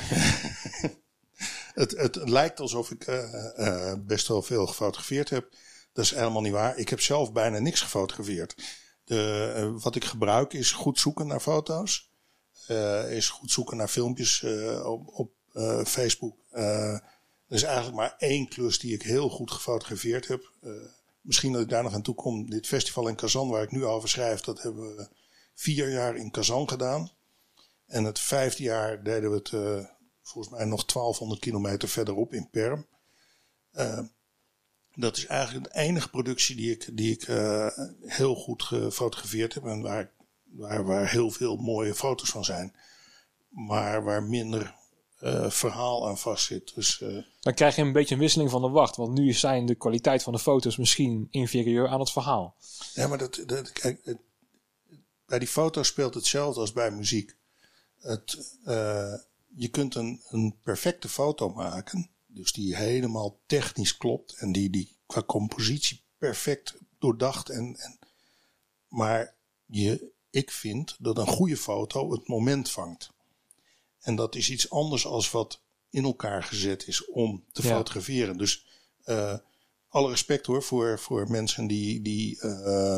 het, het lijkt alsof ik uh, uh, best wel veel gefotografeerd heb. Dat is helemaal niet waar. Ik heb zelf bijna niks gefotografeerd. De, uh, wat ik gebruik is goed zoeken naar foto's. Uh, is goed zoeken naar filmpjes uh, op, op uh, Facebook. Uh, er is eigenlijk maar één klus die ik heel goed gefotografeerd heb. Uh, misschien dat ik daar nog aan toe kom. Dit festival in Kazan waar ik nu over schrijf, dat hebben we vier jaar in Kazan gedaan. En het vijfde jaar deden we het uh, volgens mij nog twaalfhonderd kilometer verderop in Perm. Uh, dat is eigenlijk de enige productie die ik, die ik uh, heel goed gefotografeerd heb. En waar, waar, waar heel veel mooie foto's van zijn. Maar waar minder uh, verhaal aan vast zit. Dus, uh, dan krijg je een beetje een wisseling van de wacht. Want nu zijn de kwaliteit van de foto's misschien inferieur aan het verhaal. Ja, maar dat, dat, kijk, het, bij die foto's speelt hetzelfde als bij muziek. Het, uh, je kunt een, een perfecte foto maken. Dus die helemaal technisch klopt. En die, die qua compositie perfect doordacht. En, en, maar je, ik vind dat een goede foto het moment vangt. En dat is iets anders als wat in elkaar gezet is om te ja. fotograferen. Dus uh, alle respect hoor voor, voor mensen die, die, uh,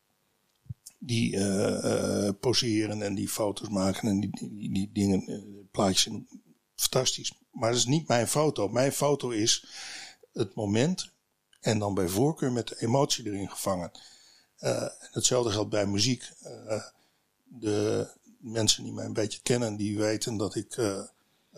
die uh, uh, poseren en die foto's maken en die, die, die dingen, uh, plaatjes. Fantastisch. Maar dat is niet mijn foto. Mijn foto is het moment en dan bij voorkeur met de emotie erin gevangen. Uh, hetzelfde geldt bij muziek. Uh, de mensen die mij een beetje kennen, die weten dat ik, uh, uh,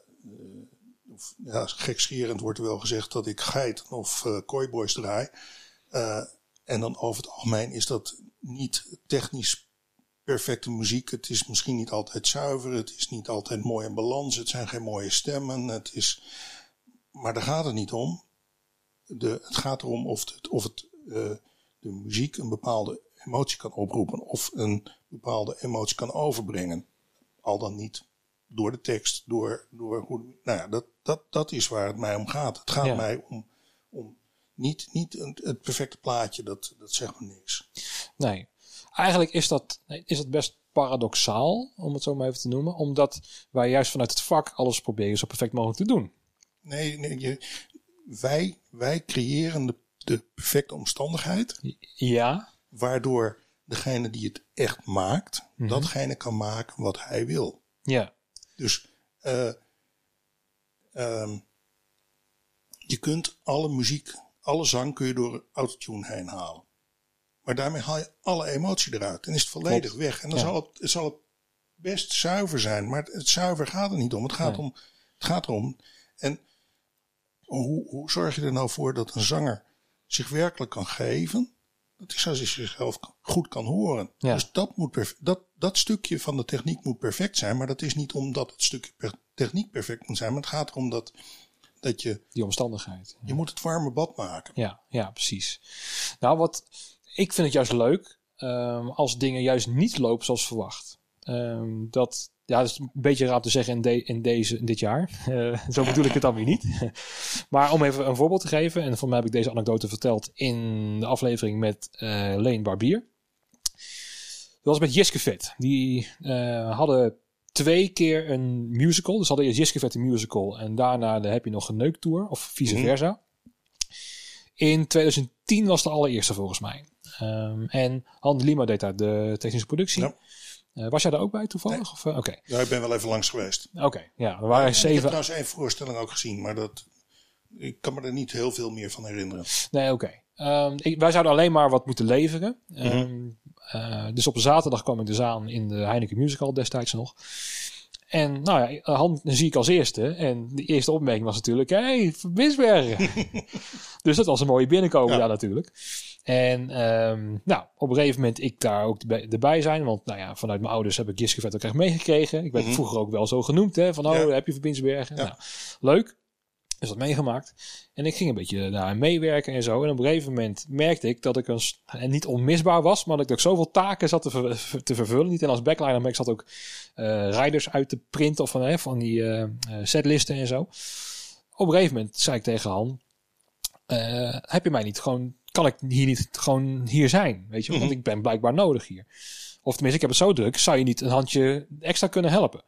of, ja, gekscherend wordt er wel gezegd dat ik geiten of uh, kooiboys draai. Uh, en dan over het algemeen is dat niet technisch perfecte muziek. Het is misschien niet altijd zuiver. Het is niet altijd mooi in balans. Het zijn geen mooie stemmen. Het is, maar daar gaat het niet om. De, het gaat erom of, het, of het, uh, de muziek een bepaalde emotie kan oproepen. Of een bepaalde emotie kan overbrengen. Al dan niet door de tekst. Door, door hoe, nou ja, dat, dat, dat is waar het mij om gaat. Het gaat ja. mij om, om niet, niet een, het perfecte plaatje. Dat, dat zegt me niks. Nee. Eigenlijk is dat, is dat best paradoxaal, om het zo maar even te noemen. Omdat wij juist vanuit het vak alles proberen zo perfect mogelijk te doen. Nee, nee je, wij, wij creëren de, de perfecte omstandigheid. Ja. Waardoor degene die het echt maakt, mm-hmm. datgene kan maken wat hij wil. Ja. Dus uh, um, je kunt alle muziek, alle zang kun je door autotune heen halen. Maar daarmee haal je alle emotie eruit. En is het volledig Klopt. weg. En dan ja. zal, het, het zal het best zuiver zijn. Maar het, het zuiver gaat er niet om. Het gaat, nee. om, het gaat erom. En hoe, hoe zorg je er nou voor dat een zanger zich werkelijk kan geven? Dat is als hij zichzelf goed kan horen. Ja. Dus dat, moet perf- dat, dat stukje van de techniek moet perfect zijn. Maar dat is niet omdat het stukje per- techniek perfect moet zijn. Maar het gaat erom dat, dat je... Die omstandigheid. Je ja. moet het warme bad maken. Ja, ja, precies. Nou, wat... Ik vind het juist leuk um, als dingen juist niet lopen zoals verwacht. Um, dat, ja, dat is een beetje raar te zeggen in, de, in, deze, in dit jaar. Uh, zo bedoel ik het dan weer niet. Maar om even een voorbeeld te geven. En voor mij heb ik deze anekdote verteld in de aflevering met uh, Leen Barbier. Dat was met Jiske Vet. Die uh, hadden twee keer een musical. Dus hadden eerst Jiske Vet een musical. En daarna de Heb je nog geneukt tour. Of vice versa. Mm-hmm. In twintig tien was de allereerste volgens mij. Um, en Han de Lima deed daar de technische productie. Ja. Uh, was jij daar ook bij toevallig? Nee. Of, uh, okay. Ja, ik ben wel even langs geweest. Oké, okay, ja. Er waren ja, zeven... Ik heb trouwens één voorstelling ook gezien, maar dat, ik kan me er niet heel veel meer van herinneren. Nee, oké. Okay. Um, wij zouden alleen maar wat moeten leveren. Mm-hmm. Um, uh, dus op zaterdag kwam ik dus aan in de Heineken Musical destijds nog. En nou ja, Han zie ik als eerste. En de eerste opmerking was natuurlijk... Hé, hey, Van Binsbergen. Dus dat was een mooie binnenkomen ja. daar natuurlijk. En um, nou, op een gegeven moment ik daar ook erbij zijn. Want nou ja, vanuit mijn ouders heb ik Jiske Vet ook echt meegekregen. Ik werd mm-hmm. vroeger ook wel zo genoemd. Hè, van, oh, ja. heb je Van Binsbergen? Ja. Nou, leuk. Dus dat meegemaakt. En ik ging een beetje daar meewerken en zo. En op een gegeven moment merkte ik dat ik een, en niet onmisbaar was, maar dat ik ook zoveel taken zat te, ver, te vervullen. Niet en als backliner, maar ik zat ook uh, riders uit te printen of van, hè, van die uh, setlisten en zo. Op een gegeven moment zei ik tegen Han, uh, heb je mij niet gewoon, kan ik hier niet gewoon hier zijn? Weet je, mm-hmm. want ik ben blijkbaar nodig hier. Of tenminste, ik heb het zo druk, zou je niet een handje extra kunnen helpen?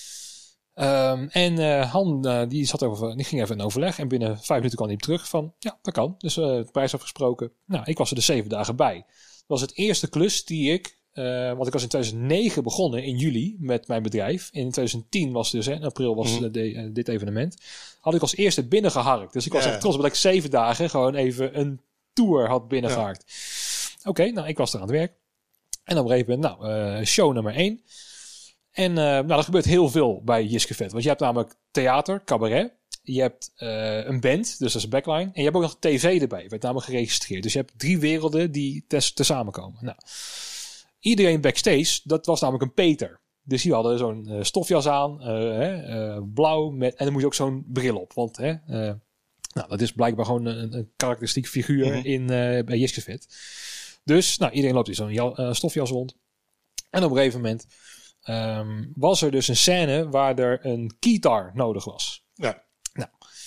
Um, en uh, Han uh, die, zat over, die ging even in overleg en binnen vijf minuten kwam hij terug van ja, dat kan. Dus uh, de prijs afgesproken. Nou, ik was er dus zeven dagen bij. Dat was het eerste klus die ik, uh, want ik was in twintig negen begonnen in juli met mijn bedrijf. In twintig tien was dus, hè, in april was mm-hmm. de, uh, dit evenement. Had ik als eerste binnengeharkt. Dus ik was ja. echt trots dat ik zeven dagen gewoon even een tour had binnengeharkt. Ja. Oké, okay, nou ik was er aan het werk. En op een gegeven moment, nou, uh, show nummer één. En uh, nou, er gebeurt heel veel bij Jiske Vet. Want je hebt namelijk theater, cabaret. Je hebt uh, een band, dus dat is een backline. En je hebt ook nog tv erbij, werd namelijk geregistreerd. Dus je hebt drie werelden die tezamen komen. Nou, iedereen backstage, dat was namelijk een Peter. Dus die hadden zo'n uh, stofjas aan, uh, hè, uh, blauw, met, en dan moet je ook zo'n bril op. Want hè, uh, nou, dat is blijkbaar gewoon een, een karakteristiek figuur mm-hmm. in, uh, bij Jiske Vet. Dus nou, iedereen loopt in zo'n uh, stofjas rond. En op een gegeven moment um, was er dus een scène waar er een keytar nodig was. Ja. Nou,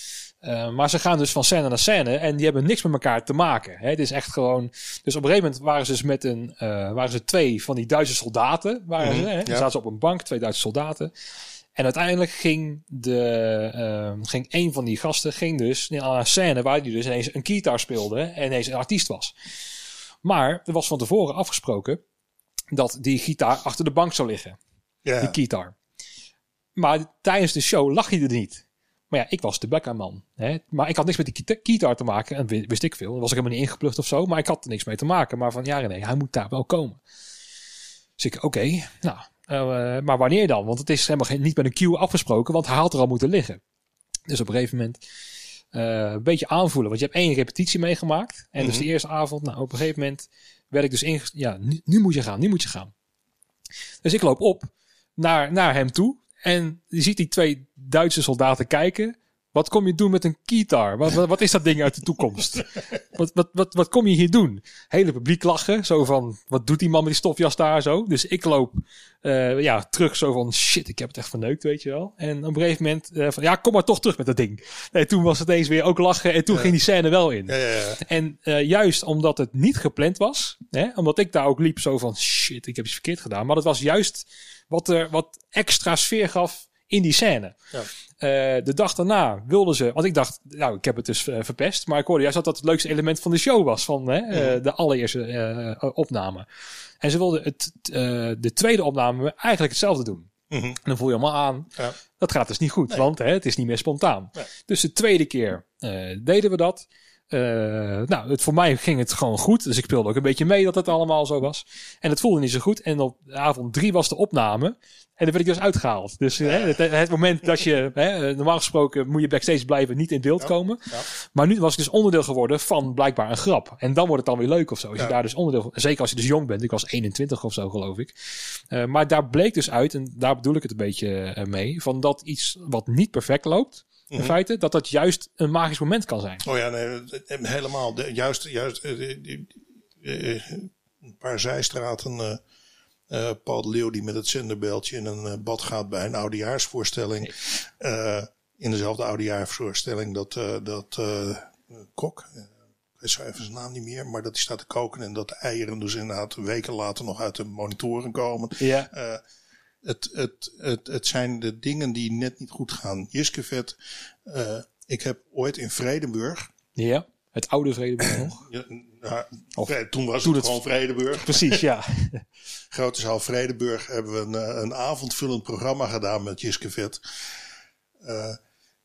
uh, maar ze gaan dus van scène naar scène en die hebben niks met elkaar te maken. Hè? Het is echt gewoon. Dus op een gegeven moment waren ze dus met een, uh, waren ze twee van die Duitse soldaten. Waren mm-hmm, ze, hè? Ja. Zaten ze op een bank, twee Duitse soldaten. En uiteindelijk ging de, uh, ging een van die gasten ging dus naar een scène waar hij dus ineens een keytar speelde en ineens een artiest was. Maar er was van tevoren afgesproken dat die gitaar achter de bank zou liggen. Ja. Die gitaar. Maar tijdens de show lag hij er niet. Maar ja, ik was de backerman. Hè? Maar ik had niks met die gitaar te maken. En wist ik veel. Dan was ik helemaal niet ingeplucht of zo. Maar ik had er niks mee te maken. Maar van, ja nee, hij moet daar wel komen. Dus ik, oké. Okay, nou, uh, maar wanneer dan? Want het is helemaal geen, niet met een cue afgesproken. Want hij had er al moeten liggen. Dus op een gegeven moment uh, een beetje aanvoelen. Want je hebt één repetitie meegemaakt. En mm-hmm. dus de eerste avond, nou op een gegeven moment werd ik dus in. Ja, nu, nu moet je gaan, nu moet je gaan. Dus ik loop op naar, naar hem toe. En je ziet die twee Duitse soldaten kijken. Wat kom je doen met een keytar? Wat, wat, wat is dat ding uit de toekomst? Wat, wat, wat, wat kom je hier doen? Hele publiek lachen. Zo van, wat doet die man met die stofjas daar zo? Dus ik loop uh, ja, terug zo van, shit, ik heb het echt verneukt, weet je wel. En op een gegeven moment, uh, van, ja, kom maar toch terug met dat ding. Nee, toen was het eens weer ook lachen en toen ja. ging die scène wel in. Ja, ja, ja. En uh, juist omdat het niet gepland was, hè, omdat ik daar ook liep zo van, shit, ik heb iets verkeerd gedaan. Maar het was juist wat er wat extra sfeer gaf in die scène. Ja. Uh, de dag daarna wilden ze, want ik dacht, nou, ik heb het dus uh, verpest, maar ik hoorde juist dat dat het leukste element van de show was, van hè, uh, de allereerste uh, opname. En ze wilden het, uh, de tweede opname eigenlijk hetzelfde doen. Mm-hmm. En dan voel je allemaal aan, ja. dat gaat dus niet goed, nee. want hè, het is niet meer spontaan. Nee. Dus de tweede keer uh, deden we dat. Uh, nou, het, voor mij ging het gewoon goed. Dus ik speelde ook een beetje mee dat het allemaal zo was. En het voelde niet zo goed. En op avond drie was de opname. En dan werd ik dus uitgehaald. Dus hè, het, het moment dat je... Hè, normaal gesproken moet je backstage blijven, niet in beeld ja, komen. Ja. Maar nu was ik dus onderdeel geworden van blijkbaar een grap. En dan wordt het dan weer leuk of zo. Als ja. je daar dus onderdeel van... Zeker als je dus jong bent. Ik was eenentwintig of zo, geloof ik. Uh, maar daar bleek dus uit, en daar bedoel ik het een beetje uh, mee... van dat iets wat niet perfect loopt... In mm-hmm. feite, dat dat juist een magisch moment kan zijn. Oh ja, nee, helemaal. De, juist, juist uh, uh, uh, een paar zijstraten. Uh, uh, Paul de Leeuw die met het zenderbeeldje in een uh, bad gaat bij een oudejaarsvoorstelling. Nee. Uh, in dezelfde oudejaarsvoorstelling dat, uh, dat uh, Kok, uh, ik weet zo even zijn naam niet meer, maar dat hij staat te koken en dat de eieren dus inderdaad weken later nog uit de monitoren komen. Ja. Uh, Het, het, het, het zijn de dingen die net niet goed gaan. Jiske Vet, uh, ik heb ooit in Vredenburg... Ja, het oude Vredenburg nog. Ja, nou, of, toen was toen het, het gewoon Vredenburg. Precies, ja. Grote zaal Vredenburg hebben we een, een avondvullend programma gedaan met Jiske Vet. Uh,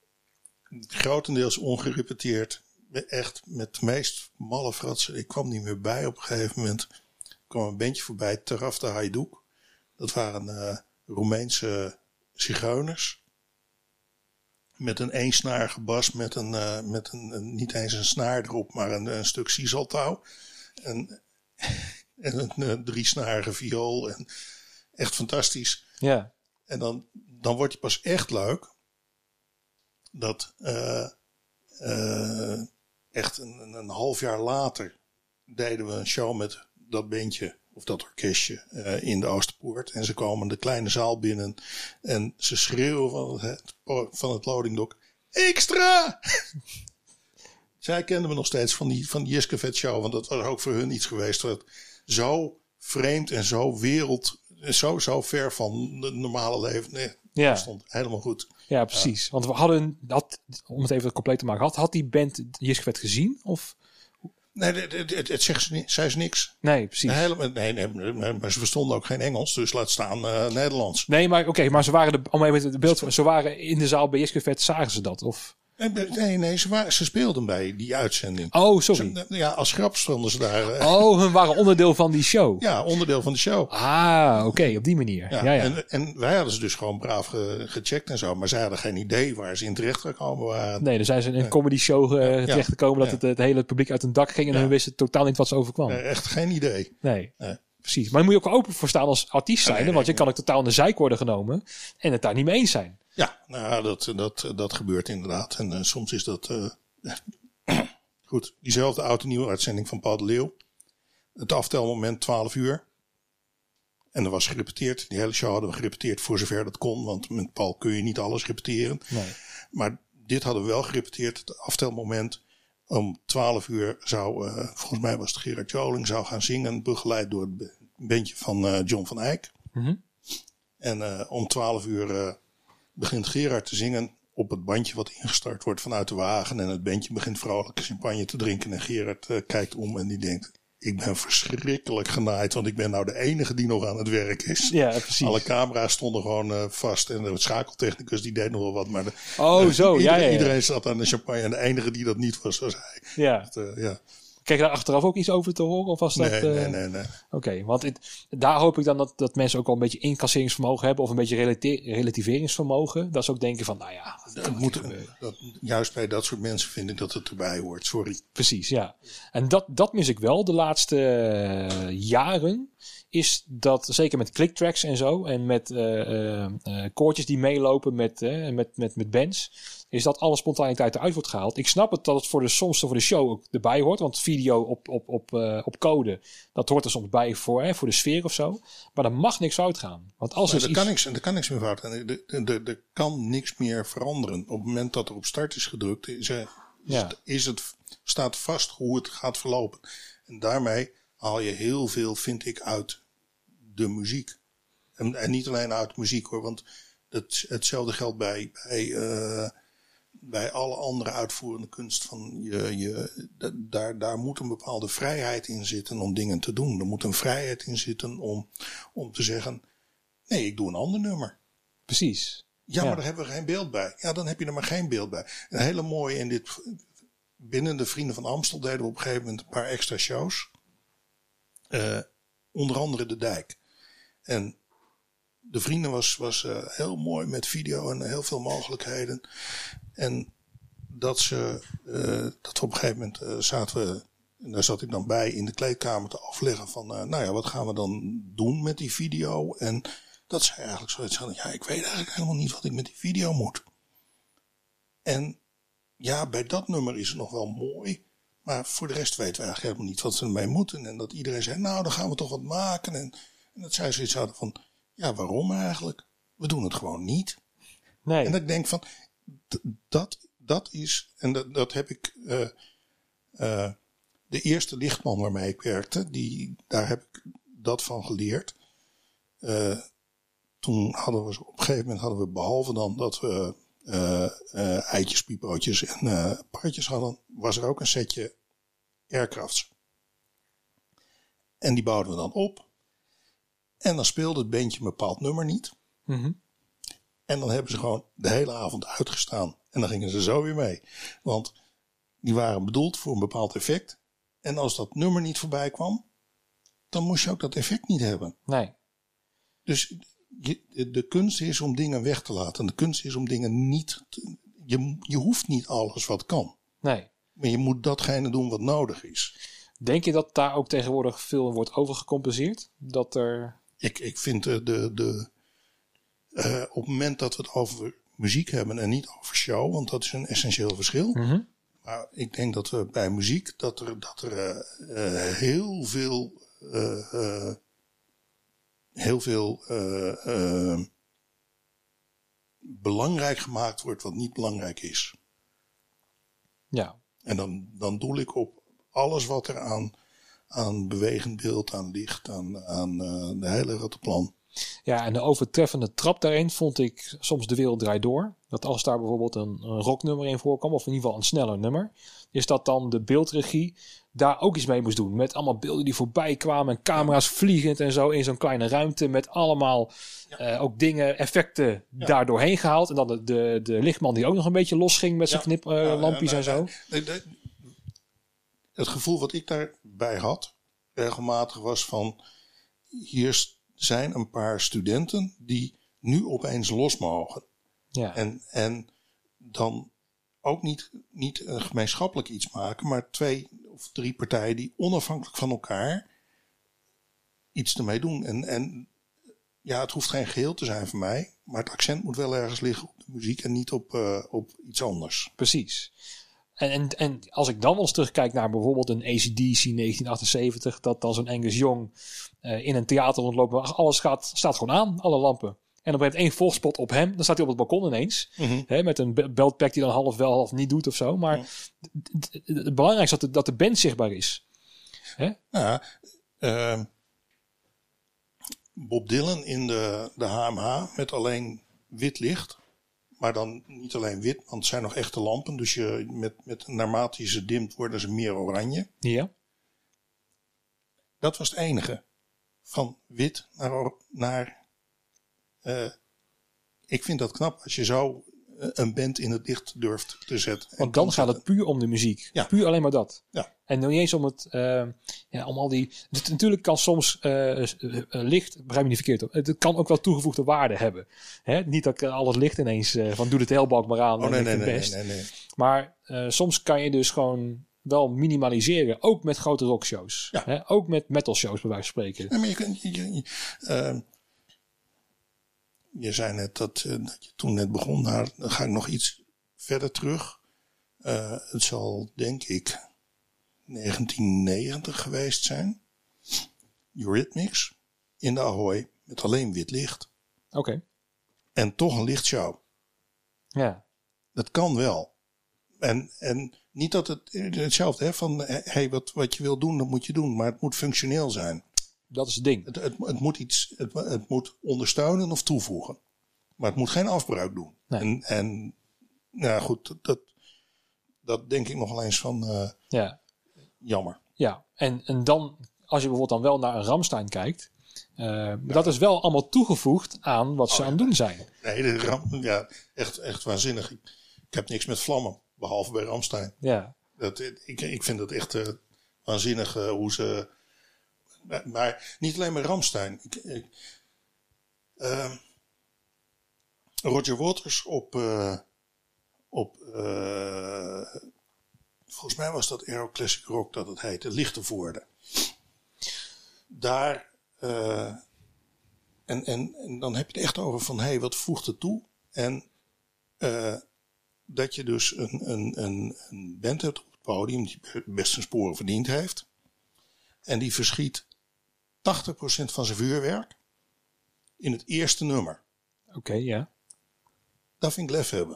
grotendeels ongerepeteerd. Echt met de meest malle fratsen. Ik kwam niet meer bij op een gegeven moment. Er kwam een bandje voorbij, Taraf de Hajduk. Dat waren uh, Roemeense zigeuners. Met een eensnarige bas, met, een, uh, met een, een, niet eens een snaar erop, maar een, een stuk sieseltouw. En, en een, een driesnarige viool. En echt fantastisch. Ja. En dan, dan wordt het pas echt leuk. Dat uh, uh, echt een, een half jaar later deden we een show met dat bandje. Of dat orkestje uh, in de Oosterpoort. En ze komen de kleine zaal binnen. En ze schreeuwen van het, van het loadingdok. Extra! Zij kenden me nog steeds van die, van die Jiske Vet show. Want dat was ook voor hun iets geweest. Wat zo vreemd en zo wereld. Zo, zo ver van het normale leven. Nee, ja. Dat stond helemaal goed. Ja, precies. Ja. Want we hadden, had, om het even compleet te maken. Had, had die band Jiske Vet gezien? Of... Nee, het, het, het, het zegt ze, zei ze niks. Nee, precies. Helemaal, nee, nee, maar ze verstonden ook geen Engels, dus laat staan uh, Nederlands. Nee, maar oké, okay, maar ze waren de, om even het beeld, ze waren in de zaal bij Jiske Vet, zagen ze dat? Of? Nee, nee, ze, waren, ze speelden bij die uitzending. Oh, sorry. Ze, ja, als grap stonden ze daar. Oh, hun waren onderdeel van die show. Ja, onderdeel van de show. Ah, oké, okay, op die manier. Ja, ja, ja. En, en wij hadden ze dus gewoon braaf ge, gecheckt en zo. Maar zij hadden geen idee waar ze in terecht gekomen waren. Nee, dan zijn ze in een comedy show uh, terecht gekomen dat ja. het, het hele publiek uit hun dak ging. En ja. hun wisten totaal niet wat ze overkwam. Nee, echt geen idee. Nee. nee. Precies. Maar dan moet je ook open voor staan als artiest zijn. Nee, nee, want je nee. kan ook totaal in de zeik worden genomen. En het daar niet mee eens zijn. Ja, nou, dat, dat, dat gebeurt inderdaad. En uh, soms is dat... Uh, goed, diezelfde oude nieuwe uitzending van Paul de Leeuw. Het aftelmoment twaalf uur. En er was gerepeteerd. Die hele show hadden we gerepeteerd voor zover dat kon. Want met Paul kun je niet alles repeteren. Nee. Maar dit hadden we wel gerepeteerd. Het aftelmoment om twaalf uur zou... Uh, volgens mij was het Gerard Joling zou gaan zingen. Begeleid door het bandje van uh, John van Eyck. Mm-hmm. En uh, om twaalf uur... Uh, begint Gerard te zingen op het bandje wat ingestart wordt vanuit de wagen. En het bandje begint vrolijke champagne te drinken. En Gerard uh, kijkt om en die denkt... Ik ben verschrikkelijk genaaid, want ik ben nou de enige die nog aan het werk is. Ja, precies. Alle camera's stonden gewoon uh, vast. En de schakeltechnicus die deed nog wel wat. Maar de, oh, uh, zo. Iedereen, ja, ja, ja. iedereen zat aan de champagne. En de enige die dat niet was, was hij. Ja. Dat, uh, ja. Krijg je daar achteraf ook iets over te horen? Of was dat, nee, uh... nee, nee, nee. Oké, okay, want het, daar hoop ik dan dat, dat mensen ook al een beetje incasseringsvermogen hebben. Of een beetje relati- relativeringsvermogen. Dat ze ook denken van, nou ja. Dat dat moet, dat, juist bij dat soort mensen vind ik dat het erbij hoort. Sorry. Precies, ja. En dat, dat mis ik wel de laatste uh, jaren. Is dat, zeker met clicktracks en zo. En met uh, uh, uh, koortjes die meelopen met, uh, met, met, met bands. Is dat alle spontaniteit eruit wordt gehaald. Ik snap het dat het voor de soms voor de show ook erbij hoort. Want video op, op, op, uh, op code, dat hoort er soms bij voor, hè, voor de sfeer of zo. Maar er mag niks fout gaan. Want als er, er, iets... kan niks, er kan niks meer fout gaan. Er, er, er, er kan niks meer veranderen. Op het moment dat er op start is gedrukt, is, er, ja. is, is het, staat vast hoe het gaat verlopen. En daarmee haal je heel veel, vind ik, uit de muziek. En, en niet alleen uit muziek hoor. Want het, hetzelfde geldt bij... bij uh, bij alle andere uitvoerende kunst van je, je daar, daar moet een bepaalde vrijheid in zitten om dingen te doen. Er moet een vrijheid in zitten om, om te zeggen, nee, ik doe een ander nummer. Precies. Ja, ja, maar daar hebben we geen beeld bij. Ja, dan heb je er maar geen beeld bij. Een hele mooie in dit, binnen de Vrienden van Amstel deden we op een gegeven moment een paar extra shows. Uh, onder andere De Dijk. En De Vrienden was, was uh, heel mooi met video en heel veel mogelijkheden. En dat ze, uh, dat we op een gegeven moment uh, zaten we, en daar zat ik dan bij in de kleedkamer te afleggen van, uh, nou ja, wat gaan we dan doen met die video? En dat ze eigenlijk zoiets hadden, ja, ik weet eigenlijk helemaal niet wat ik met die video moet. En ja, bij dat nummer is het nog wel mooi, maar voor de rest weten we eigenlijk helemaal niet wat ze ermee moeten. En dat iedereen zei, nou, dan gaan we toch wat maken. En, en dat zij zoiets hadden van, ja, waarom eigenlijk? We doen het gewoon niet. Nee. En dat ik denk van, d- dat, dat is, en dat, dat heb ik, uh, uh, de eerste lichtman waarmee ik werkte, die, daar heb ik dat van geleerd. Uh, toen hadden we, op een gegeven moment hadden we, behalve dan dat we uh, uh, eitjes, pipootjes en uh, parretjes hadden, was er ook een setje aircrafts. En die bouwden we dan op. En dan speelde het bandje een bepaald nummer niet. Mm-hmm. En dan hebben ze gewoon de hele avond uitgestaan. En dan gingen ze zo weer mee. Want die waren bedoeld voor een bepaald effect. En als dat nummer niet voorbij kwam, dan moest je ook dat effect niet hebben. Nee. Dus je, de kunst is om dingen weg te laten. De kunst is om dingen niet... Te, je, je hoeft niet alles wat kan. Nee. Maar je moet datgene doen wat nodig is. Denk je dat daar ook tegenwoordig veel wordt overgecompenseerd? Dat er... Ik, ik vind de... de, de uh, op het moment dat we het over muziek hebben en niet over show, want dat is een essentieel verschil. Mm-hmm. Maar ik denk dat we bij muziek, dat er, dat er uh, uh, heel veel... Uh, uh, heel veel uh, uh, belangrijk gemaakt wordt wat niet belangrijk is. Ja. En dan, dan doel ik op alles wat er aan, aan bewegend beeld, aan licht, aan, aan uh, de hele rottenplan. Ja, en de overtreffende trap daarin vond ik soms De Wereld Draait Door. Dat als daar bijvoorbeeld een, een rocknummer in voorkwam, of in ieder geval een sneller nummer, is dat dan de beeldregie daar ook iets mee moest doen. Met allemaal beelden die voorbij kwamen en camera's vliegend en zo in zo'n kleine ruimte met allemaal ja. uh, ook dingen, effecten ja. daar doorheen gehaald. En dan de, de, de lichtman die ook nog een beetje losging met zijn ja. kniplampjes uh, ja, en zo. Nee, nee, het gevoel wat ik daarbij had, regelmatig was van, hier zijn een paar studenten die nu opeens los mogen. Ja. En, en dan ook niet, niet een gemeenschappelijk iets maken, maar twee of drie partijen die onafhankelijk van elkaar iets ermee doen. En, en ja, het hoeft geen geheel te zijn voor mij, maar het accent moet wel ergens liggen op de muziek en niet op, uh, op iets anders. Precies. En, en, en als ik dan wel eens terugkijk naar bijvoorbeeld een A C D C negentien achtenzeventig, dat dan zo'n Angus Young uh, in een theater rondloopt, maar alles gaat, staat gewoon aan, alle lampen. En dan heeft één volgspot op hem. Dan staat hij op het balkon ineens. Mm-hmm. Hè, met een beltpack die dan half wel, half niet doet of zo. Maar mm. d- d- het belangrijkste is dat de, dat de band zichtbaar is. Hè? Ja, uh, Bob Dylan in de, de H M H met alleen wit licht. Maar dan niet alleen wit, want het zijn nog echte lampen. Dus je, met, met, naarmate je ze dimt, worden ze meer oranje. Ja. Dat was het enige. Van wit naar... naar Uh, ik vind dat knap als je zo uh, een band in het licht durft te zetten. Want dan gaat het puur om de muziek. Ja. Puur alleen maar dat. Ja. En nog niet eens om het, uh, ja, om al die... Dus natuurlijk kan soms uh, uh, uh, licht, begrijp me niet verkeerd hoor, het kan ook wel toegevoegde waarde hebben. Hè? Niet dat ik al het licht ineens uh, van doe het helbalk maar aan. Oh nee, nee, nee, best. nee, nee, nee. Maar uh, soms kan je dus gewoon wel minimaliseren. Ook met grote rockshows. Ja. Hè? Ook met metalshows bij wijze van spreken. Ja, maar je kunt... Je, je, uh, Je zei net dat, uh, dat je toen net begon. Nou, dan ga ik nog iets verder terug. Uh, het zal, denk ik, negentien negentig geweest zijn. Eurythmics in de Ahoy met alleen wit licht. Oké. Okay. En toch een lichtshow. Ja. Dat kan wel. En, en niet dat het hetzelfde hè, van hey, wat, wat je wil doen, dat moet je doen. Maar het moet functioneel zijn. Dat is het ding. Het, het, het moet iets, het, het moet ondersteunen of toevoegen. Maar het moet geen afbruik doen. Nee. En, en nou goed, dat, dat denk ik nog wel eens van uh, ja. jammer. Ja, en, en dan, als je bijvoorbeeld dan wel naar een Rammstein kijkt, uh, ja. dat is wel allemaal toegevoegd aan wat ze oh, aan het doen zijn. Nee, de Ram, ja, echt, echt waanzinnig. Ik, ik heb niks met vlammen, behalve bij Rammstein. Ja. Dat, ik, ik vind het echt uh, waanzinnig uh, hoe ze... Maar, maar niet alleen met Rammstein. Ik, ik, uh, Roger Waters op, uh, op uh, volgens mij was dat Aero Classic Rock dat het heette, Lichtenvoorde. Daar, uh, en, en, en dan heb je het echt over van, hé, hey, wat voegt het toe? En uh, dat je dus een, een, een, een band hebt op het podium die best zijn sporen verdiend heeft. En die verschiet tachtig procent van zijn vuurwerk in het eerste nummer. Oké, okay, ja. Dat vind ik lef hebben.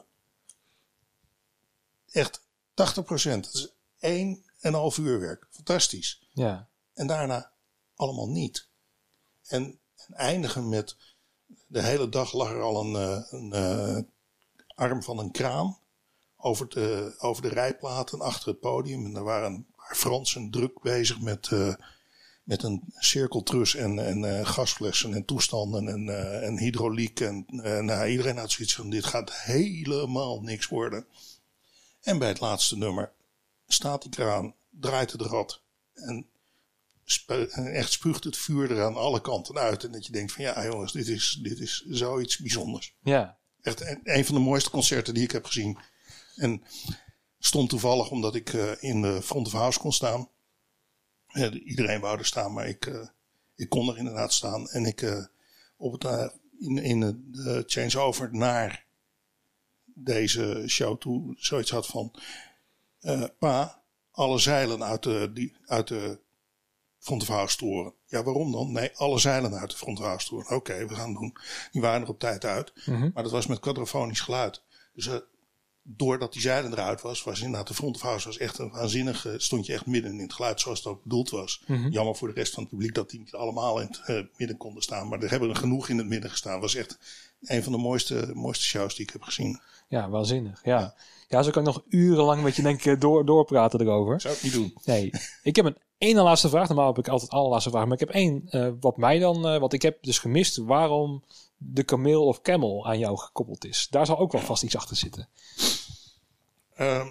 Echt, tachtig procent. Dat is één en een half vuurwerk. Fantastisch. Ja. En daarna allemaal niet. En, en eindigen met... De hele dag lag er al een, een, een arm van een kraan over de, over de rijplaten achter het podium. En er waren een paar Fransen druk bezig met... Uh, Met een cirkeltrus en, en uh, gasflessen en toestanden en, uh, en hydrauliek. En uh, nou, iedereen had zoiets van, dit gaat helemaal niks worden. En bij het laatste nummer staat die kraan, draait het rad. En, spu- en echt spuugt het vuur er aan alle kanten uit. En dat je denkt van, ja jongens, dit is, dit is zoiets bijzonders. Ja. Echt een, een van de mooiste concerten die ik heb gezien. En stond toevallig omdat ik uh, in de front of house kon staan. Ja, iedereen wou er staan, maar ik, uh, ik kon er inderdaad staan. En ik uh, op het, uh, in, in de changeover naar deze show toe zoiets had van... Uh, pa, alle zeilen uit de, die, uit de front of house toren. Ja, waarom dan? Nee, alle zeilen uit de front of house toren. Oké, okay, we gaan doen. Die waren er op tijd uit. Mm-hmm. Maar dat was met quadrafonisch geluid. Dus uh, doordat die zijde eruit was, was inderdaad de front of house was echt een waanzinnige, stond je echt midden in het geluid zoals het ook bedoeld was. Mm-hmm. Jammer voor de rest van het publiek dat die niet allemaal in het uh, midden konden staan. Maar er hebben er genoeg in het midden gestaan. Was echt een van de mooiste, mooiste shows die ik heb gezien. Ja, waanzinnig. Ja, ja. ja zo kan ik nog urenlang met je denk ik door, doorpraten erover. Zou ik niet doen. Nee, ik heb een ene laatste vraag. Normaal heb ik altijd allerlaatste vraag. Maar ik heb één, uh, wat mij dan, uh, wat ik heb dus gemist. Waarom de kameel of camel aan jou gekoppeld is. Daar zal ook wel vast iets achter zitten. Uh,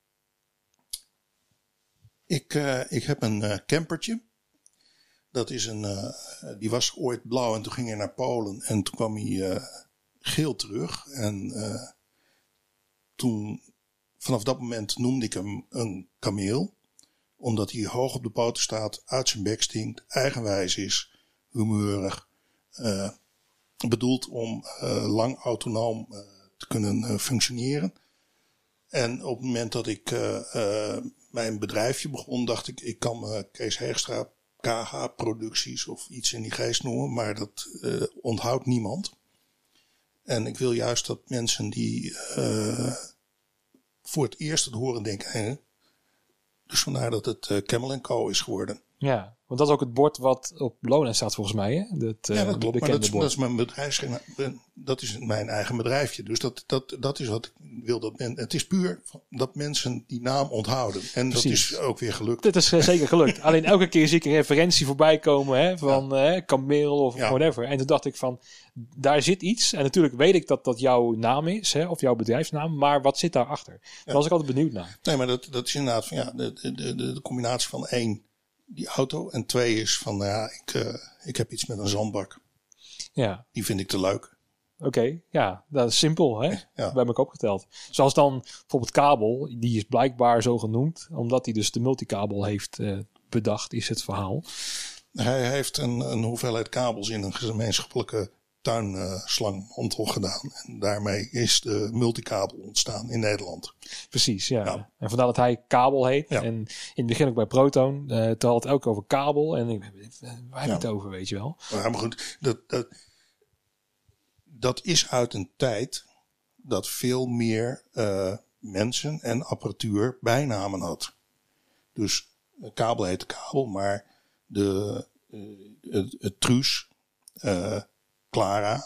ik, uh, ik heb een uh, campertje. Dat is een, uh, die was ooit blauw en toen ging hij naar Polen. En toen kwam hij uh, geel terug. En uh, toen, vanaf dat moment noemde ik hem een kameel. Omdat hij hoog op de poten staat, uit zijn bek stinkt, eigenwijs is, humeurig. Uh, bedoeld om uh, lang autonoom uh, te kunnen uh, functioneren. En op het moment dat ik uh, uh, mijn bedrijfje begon, dacht ik, ik kan me Kees Heegstra K H Producties of iets in die geest noemen, maar dat uh, onthoudt niemand. En ik wil juist dat mensen die uh, voor het eerst het horen denken, hé, dus vandaar dat het uh, Camel en Co is geworden. Ja, want dat is ook het bord wat op Lowlands staat volgens mij, hè? Dat, uh, ja, dat klopt, maar dat is, dat is mijn bedrijf, dat is mijn eigen bedrijfje. Dus dat, dat, dat is wat ik wil dat men, het is puur dat mensen die naam onthouden. En Precies. Dat is ook weer gelukt. Dat is uh, zeker gelukt. Alleen elke keer zie ik een referentie voorbij komen, hè, van ja. uh, kameel of ja. whatever. En toen dacht ik van, daar zit iets. En natuurlijk weet ik dat dat jouw naam is, hè, of jouw bedrijfsnaam. Maar wat zit daarachter? Daar ja. was ik altijd benieuwd naar. Nee, maar dat, dat is inderdaad van ja, de, de, de, de combinatie van één, die auto. En twee is van, nou ja, ik, uh, ik heb iets met een zandbak. Ja. Die vind ik te leuk. Oké, okay, ja, dat is simpel, hè? Ja. Bij elkaar opgeteld. Zoals dan bijvoorbeeld kabel, die is blijkbaar zo genoemd, omdat hij dus de multicabel heeft uh, bedacht, is het verhaal. Hij heeft een, een hoeveelheid kabels in een gemeenschappelijke tuinslangmantel uh, gedaan. En daarmee is de multicabel ontstaan in Nederland. Precies, ja. ja. En vandaar dat hij kabel heet. Ja. En in het begin ook bij Proton. Uh, toen had het elke over kabel. En ik, waar heb je ja. het over, weet je wel? Ja, maar goed, dat, dat, dat is uit een tijd dat veel meer uh, mensen en apparatuur bijnamen had. Dus kabel heette kabel, maar de, uh, het, het truus, uh, Clara,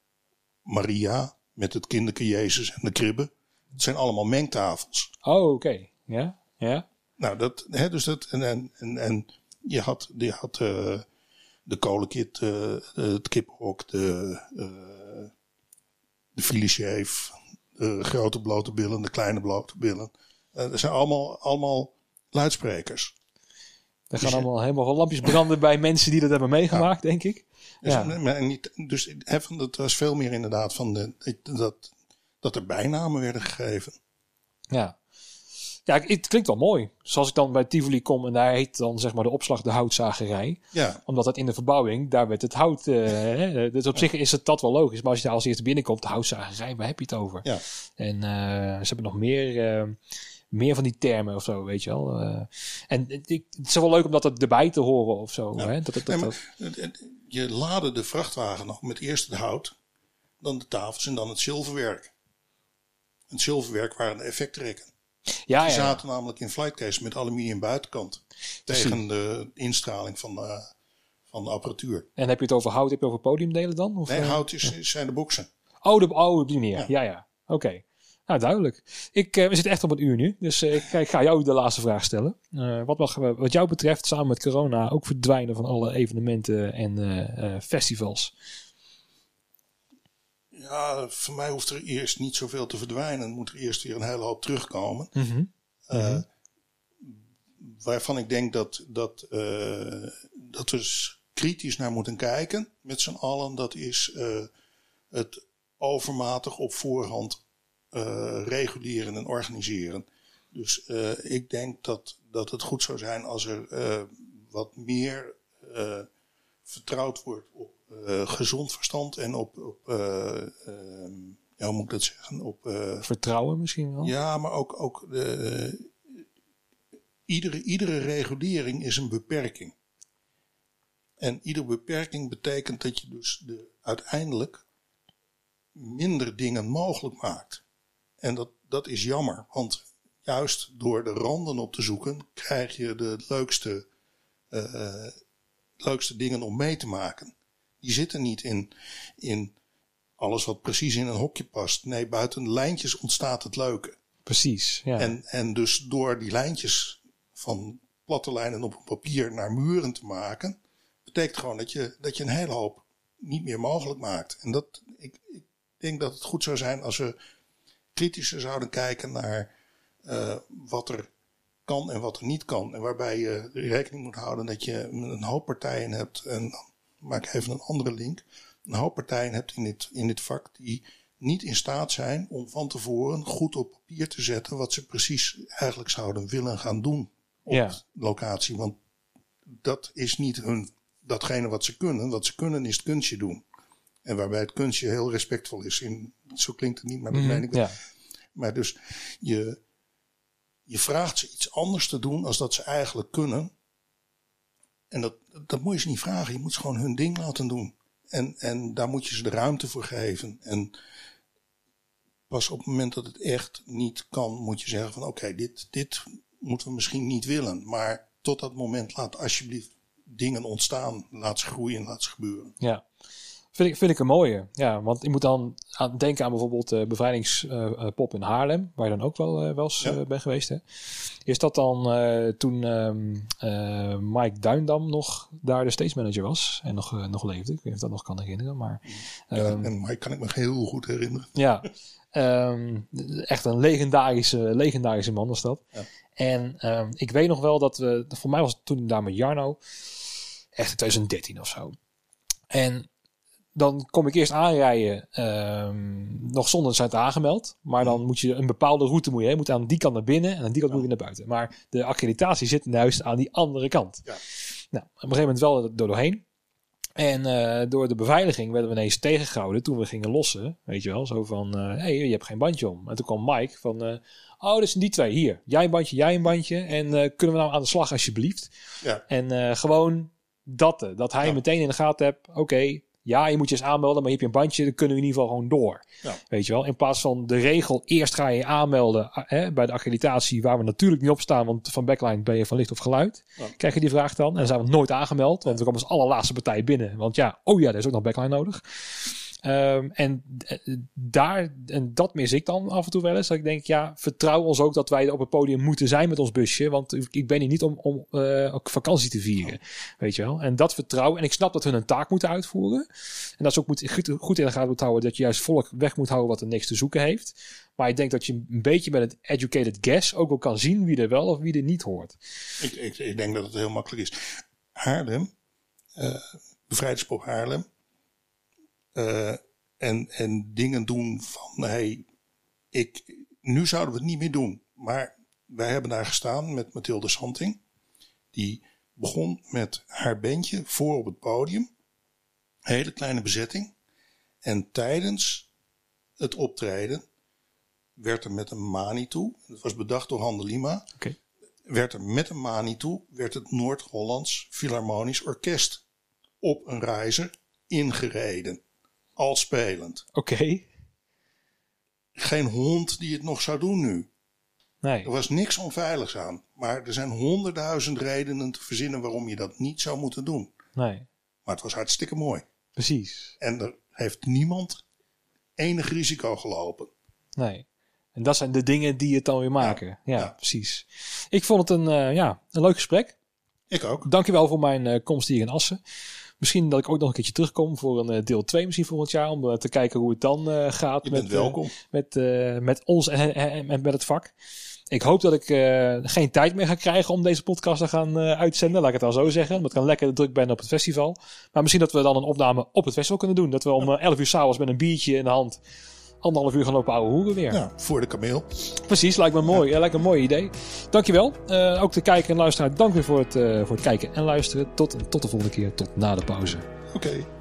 Maria met het kinderke Jezus en de kribbe. Het zijn allemaal mengtafels. Oh, oké. Okay. Ja, ja. Nou, dat, hè, dus dat, en, en, en, en je had, je had uh, de kolenkit, uh, het kippenhok, de, uh, de filicheef, de grote blote billen, de kleine blote billen. Uh, dat zijn allemaal, allemaal luidsprekers. Er gaan dus, allemaal helemaal lampjes branden bij mensen die dat hebben meegemaakt, ja. denk ik. Dus, ja. maar niet, dus het was veel meer inderdaad van de, dat, dat er bijnamen werden gegeven. Ja. Ja, het klinkt wel mooi. Zoals ik dan bij Tivoli kom en daar heet dan zeg maar de opslag de houtzagerij. Ja. Omdat dat in de verbouwing, daar werd het hout. Uh, hè, dus op zich is het dat wel logisch. Maar als je daar als eerste binnenkomt, de houtzagerij, waar heb je het over? Ja. En uh, ze hebben nog meer... Uh, Meer van die termen of zo, weet je wel. Uh, en het, het is wel leuk om dat erbij te horen of zo. Ja. Hè? Dat, dat, dat, nee, maar, je laadde de vrachtwagen nog met eerst het hout, dan de tafels en dan het zilverwerk. Het zilverwerk waren de effectrekken. Ja, Die ja, zaten ja. namelijk in flightcase met aluminium buitenkant. Tegen Precies. de instraling van, uh, van de apparatuur. En heb je het over hout, heb je het over podiumdelen dan? Of, nee, uh, hout is, ja. zijn de boksen. Oh, de, oh op die manier. Ja, ja. ja. Oké. Okay. Nou, duidelijk. Ik, uh, we zitten echt op een uur nu. Dus uh, ik, ik ga jou de laatste vraag stellen. Uh, wat mag wat jou betreft samen met corona ook verdwijnen van alle evenementen en uh, uh, festivals? Ja, voor mij hoeft er eerst niet zoveel te verdwijnen. Moet er eerst weer een hele hoop terugkomen. Mm-hmm. Uh, mm-hmm. Waarvan ik denk dat, dat, uh, dat we kritisch naar moeten kijken met z'n allen. Dat is uh, het overmatig op voorhand Uh, reguleren en organiseren. Dus uh, ik denk dat, dat het goed zou zijn als er uh, wat meer uh, vertrouwd wordt op uh, gezond verstand en op, op uh, uh, ja, hoe moet ik dat zeggen? Op, uh, vertrouwen misschien wel? Ja, maar ook, ook uh, iedere, iedere regulering is een beperking. En iedere beperking betekent dat je dus de, uiteindelijk minder dingen mogelijk maakt. En dat, dat is jammer. Want juist door de randen op te zoeken krijg je de leukste, uh, leukste dingen om mee te maken. Die zitten niet in, in alles wat precies in een hokje past. Nee, buiten de lijntjes ontstaat het leuke. Precies, ja. En, en dus door die lijntjes van platte lijnen op een papier naar muren te maken, betekent gewoon dat je, dat je een hele hoop niet meer mogelijk maakt. En dat, ik, ik denk dat het goed zou zijn als we kritischer zouden kijken naar uh, wat er kan en wat er niet kan. En waarbij je rekening moet houden dat je een hoop partijen hebt. En dan maak ik even een andere link. Een hoop partijen hebt in dit, in dit vak die niet in staat zijn om van tevoren goed op papier te zetten wat ze precies eigenlijk zouden willen gaan doen op ja. locatie. Want dat is niet hun, datgene wat ze kunnen. Wat ze kunnen is het kunstje doen. En waarbij het kunstje heel respectvol is. In, zo klinkt het niet, maar dat mm, meen ik. Ja. Maar dus je, je vraagt ze iets anders te doen als dat ze eigenlijk kunnen. En dat, dat moet je ze niet vragen. Je moet ze gewoon hun ding laten doen. En, en daar moet je ze de ruimte voor geven. En pas op het moment dat het echt niet kan, moet je zeggen van oké, okay, dit, dit moeten we misschien niet willen. Maar tot dat moment laat alsjeblieft dingen ontstaan. Laat ze groeien, laat ze gebeuren. Ja, vind ik, vind ik een mooie. Ja, want je moet dan aan, denken aan bijvoorbeeld de uh, bevrijdingspop uh, in Haarlem, waar je dan ook wel, uh, wel eens ja. uh, bent geweest. Hè? Is dat dan uh, toen um, uh, Mike Duindam nog daar de stage manager was en nog, uh, nog leefde? Ik weet niet of dat nog kan herinneren. Maar, um, ja, en Mike kan ik me heel goed herinneren. Ja, um, echt een legendarische, legendarische man was dat. Ja. En um, ik weet nog wel dat we, voor mij was het toen daar met Jarno, echt in twintig dertien of zo. En dan kom ik eerst aanrijden, um, nog zonder dat ze het aangemeld. Maar dan moet je een bepaalde route moet je, je moet aan die kant naar binnen en aan die kant ja. moet je naar buiten. Maar de accreditatie zit juist aan die andere kant. Ja. Nou, op een gegeven moment wel door doorheen. En uh, door de beveiliging werden we ineens tegengehouden toen we gingen lossen. Weet je wel, zo van, hé, uh, hey, je hebt geen bandje om. En toen kwam Mike van, uh, oh, dat zijn die twee, hier. Jij een bandje, jij een bandje. En uh, kunnen we nou aan de slag alsjeblieft? Ja. En uh, gewoon dat, dat hij ja. meteen in de gaten hebt, oké, okay, ja, je moet je eens aanmelden, maar je hebt je een bandje, dan kunnen we in ieder geval gewoon door. Ja. Weet je wel, in plaats van de regel, eerst ga je je aanmelden hè, bij de accreditatie, waar we natuurlijk niet op staan, want van backline ben je van licht of geluid. Ja. Krijg je die vraag dan? En dan zijn we nooit aangemeld, want we komen als allerlaatste partij binnen. Want ja, oh ja, er is ook nog backline nodig. Um, en uh, daar, en dat mis ik dan af en toe wel eens. Dat ik denk, ja, vertrouw ons ook dat wij op het podium moeten zijn met ons busje. Want ik ben hier niet om, om uh, ook vakantie te vieren. Oh. Weet je wel. En dat vertrouwen. En ik snap dat hun een taak moeten uitvoeren. En dat ze ook moet, goed, goed in de gaten moet houden dat je juist volk weg moet houden wat er niks te zoeken heeft. Maar ik denk dat je een beetje met een educated guess ook wel kan zien wie er wel of wie er niet hoort. Ik, ik, ik denk dat het heel makkelijk is. Haarlem, uh, bevrijdingspop Haarlem. Uh, en, en dingen doen van, hey, ik, nu zouden we het niet meer doen. Maar wij hebben daar gestaan met Mathilde Santing. Die begon met haar bandje voor op het podium. Hele kleine bezetting. En tijdens het optreden werd er met een Manitou, dat was bedacht door Han de Lima. Okay. Werd er met een Manitou, werd het Noord-Hollands Philharmonisch Orkest op een reizer ingereden. Al spelend. Oké. Okay. Geen hond die het nog zou doen nu. Nee. Er was niks onveiligs aan. Maar er zijn honderdduizend redenen te verzinnen waarom je dat niet zou moeten doen. Nee. Maar het was hartstikke mooi. Precies. En er heeft niemand enig risico gelopen. Nee. En dat zijn de dingen die het dan weer maken. Ja, ja, ja. precies. Ik vond het een, uh, ja, een leuk gesprek. Ik ook. Dankjewel voor mijn uh, komst hier in Assen. Misschien dat ik ook nog een keertje terugkom voor een uh, deel twee misschien volgend jaar. Om uh, te kijken hoe het dan uh, gaat. Je met, bent welkom. Uh, met, uh, met ons en, en, en met het vak. Ik hoop dat ik uh, geen tijd meer ga krijgen om deze podcast te gaan uh, uitzenden. Laat ik het dan zo zeggen. Omdat ik dan lekker druk ben op het festival. Maar misschien dat we dan een opname op het festival kunnen doen. Dat we om uh, elf uur s'avonds met een biertje in de hand anderhalf uur gaan lopen ouwe hoeren weer. Ja, voor de kameel. Precies, lijkt me mooi. Ja. Lijkt me een mooi idee. Dankjewel. Uh, ook de kijker en luisteraar, dank weer voor het, uh, voor het kijken en luisteren. Tot, tot de volgende keer. Tot na de pauze. Oké. Okay.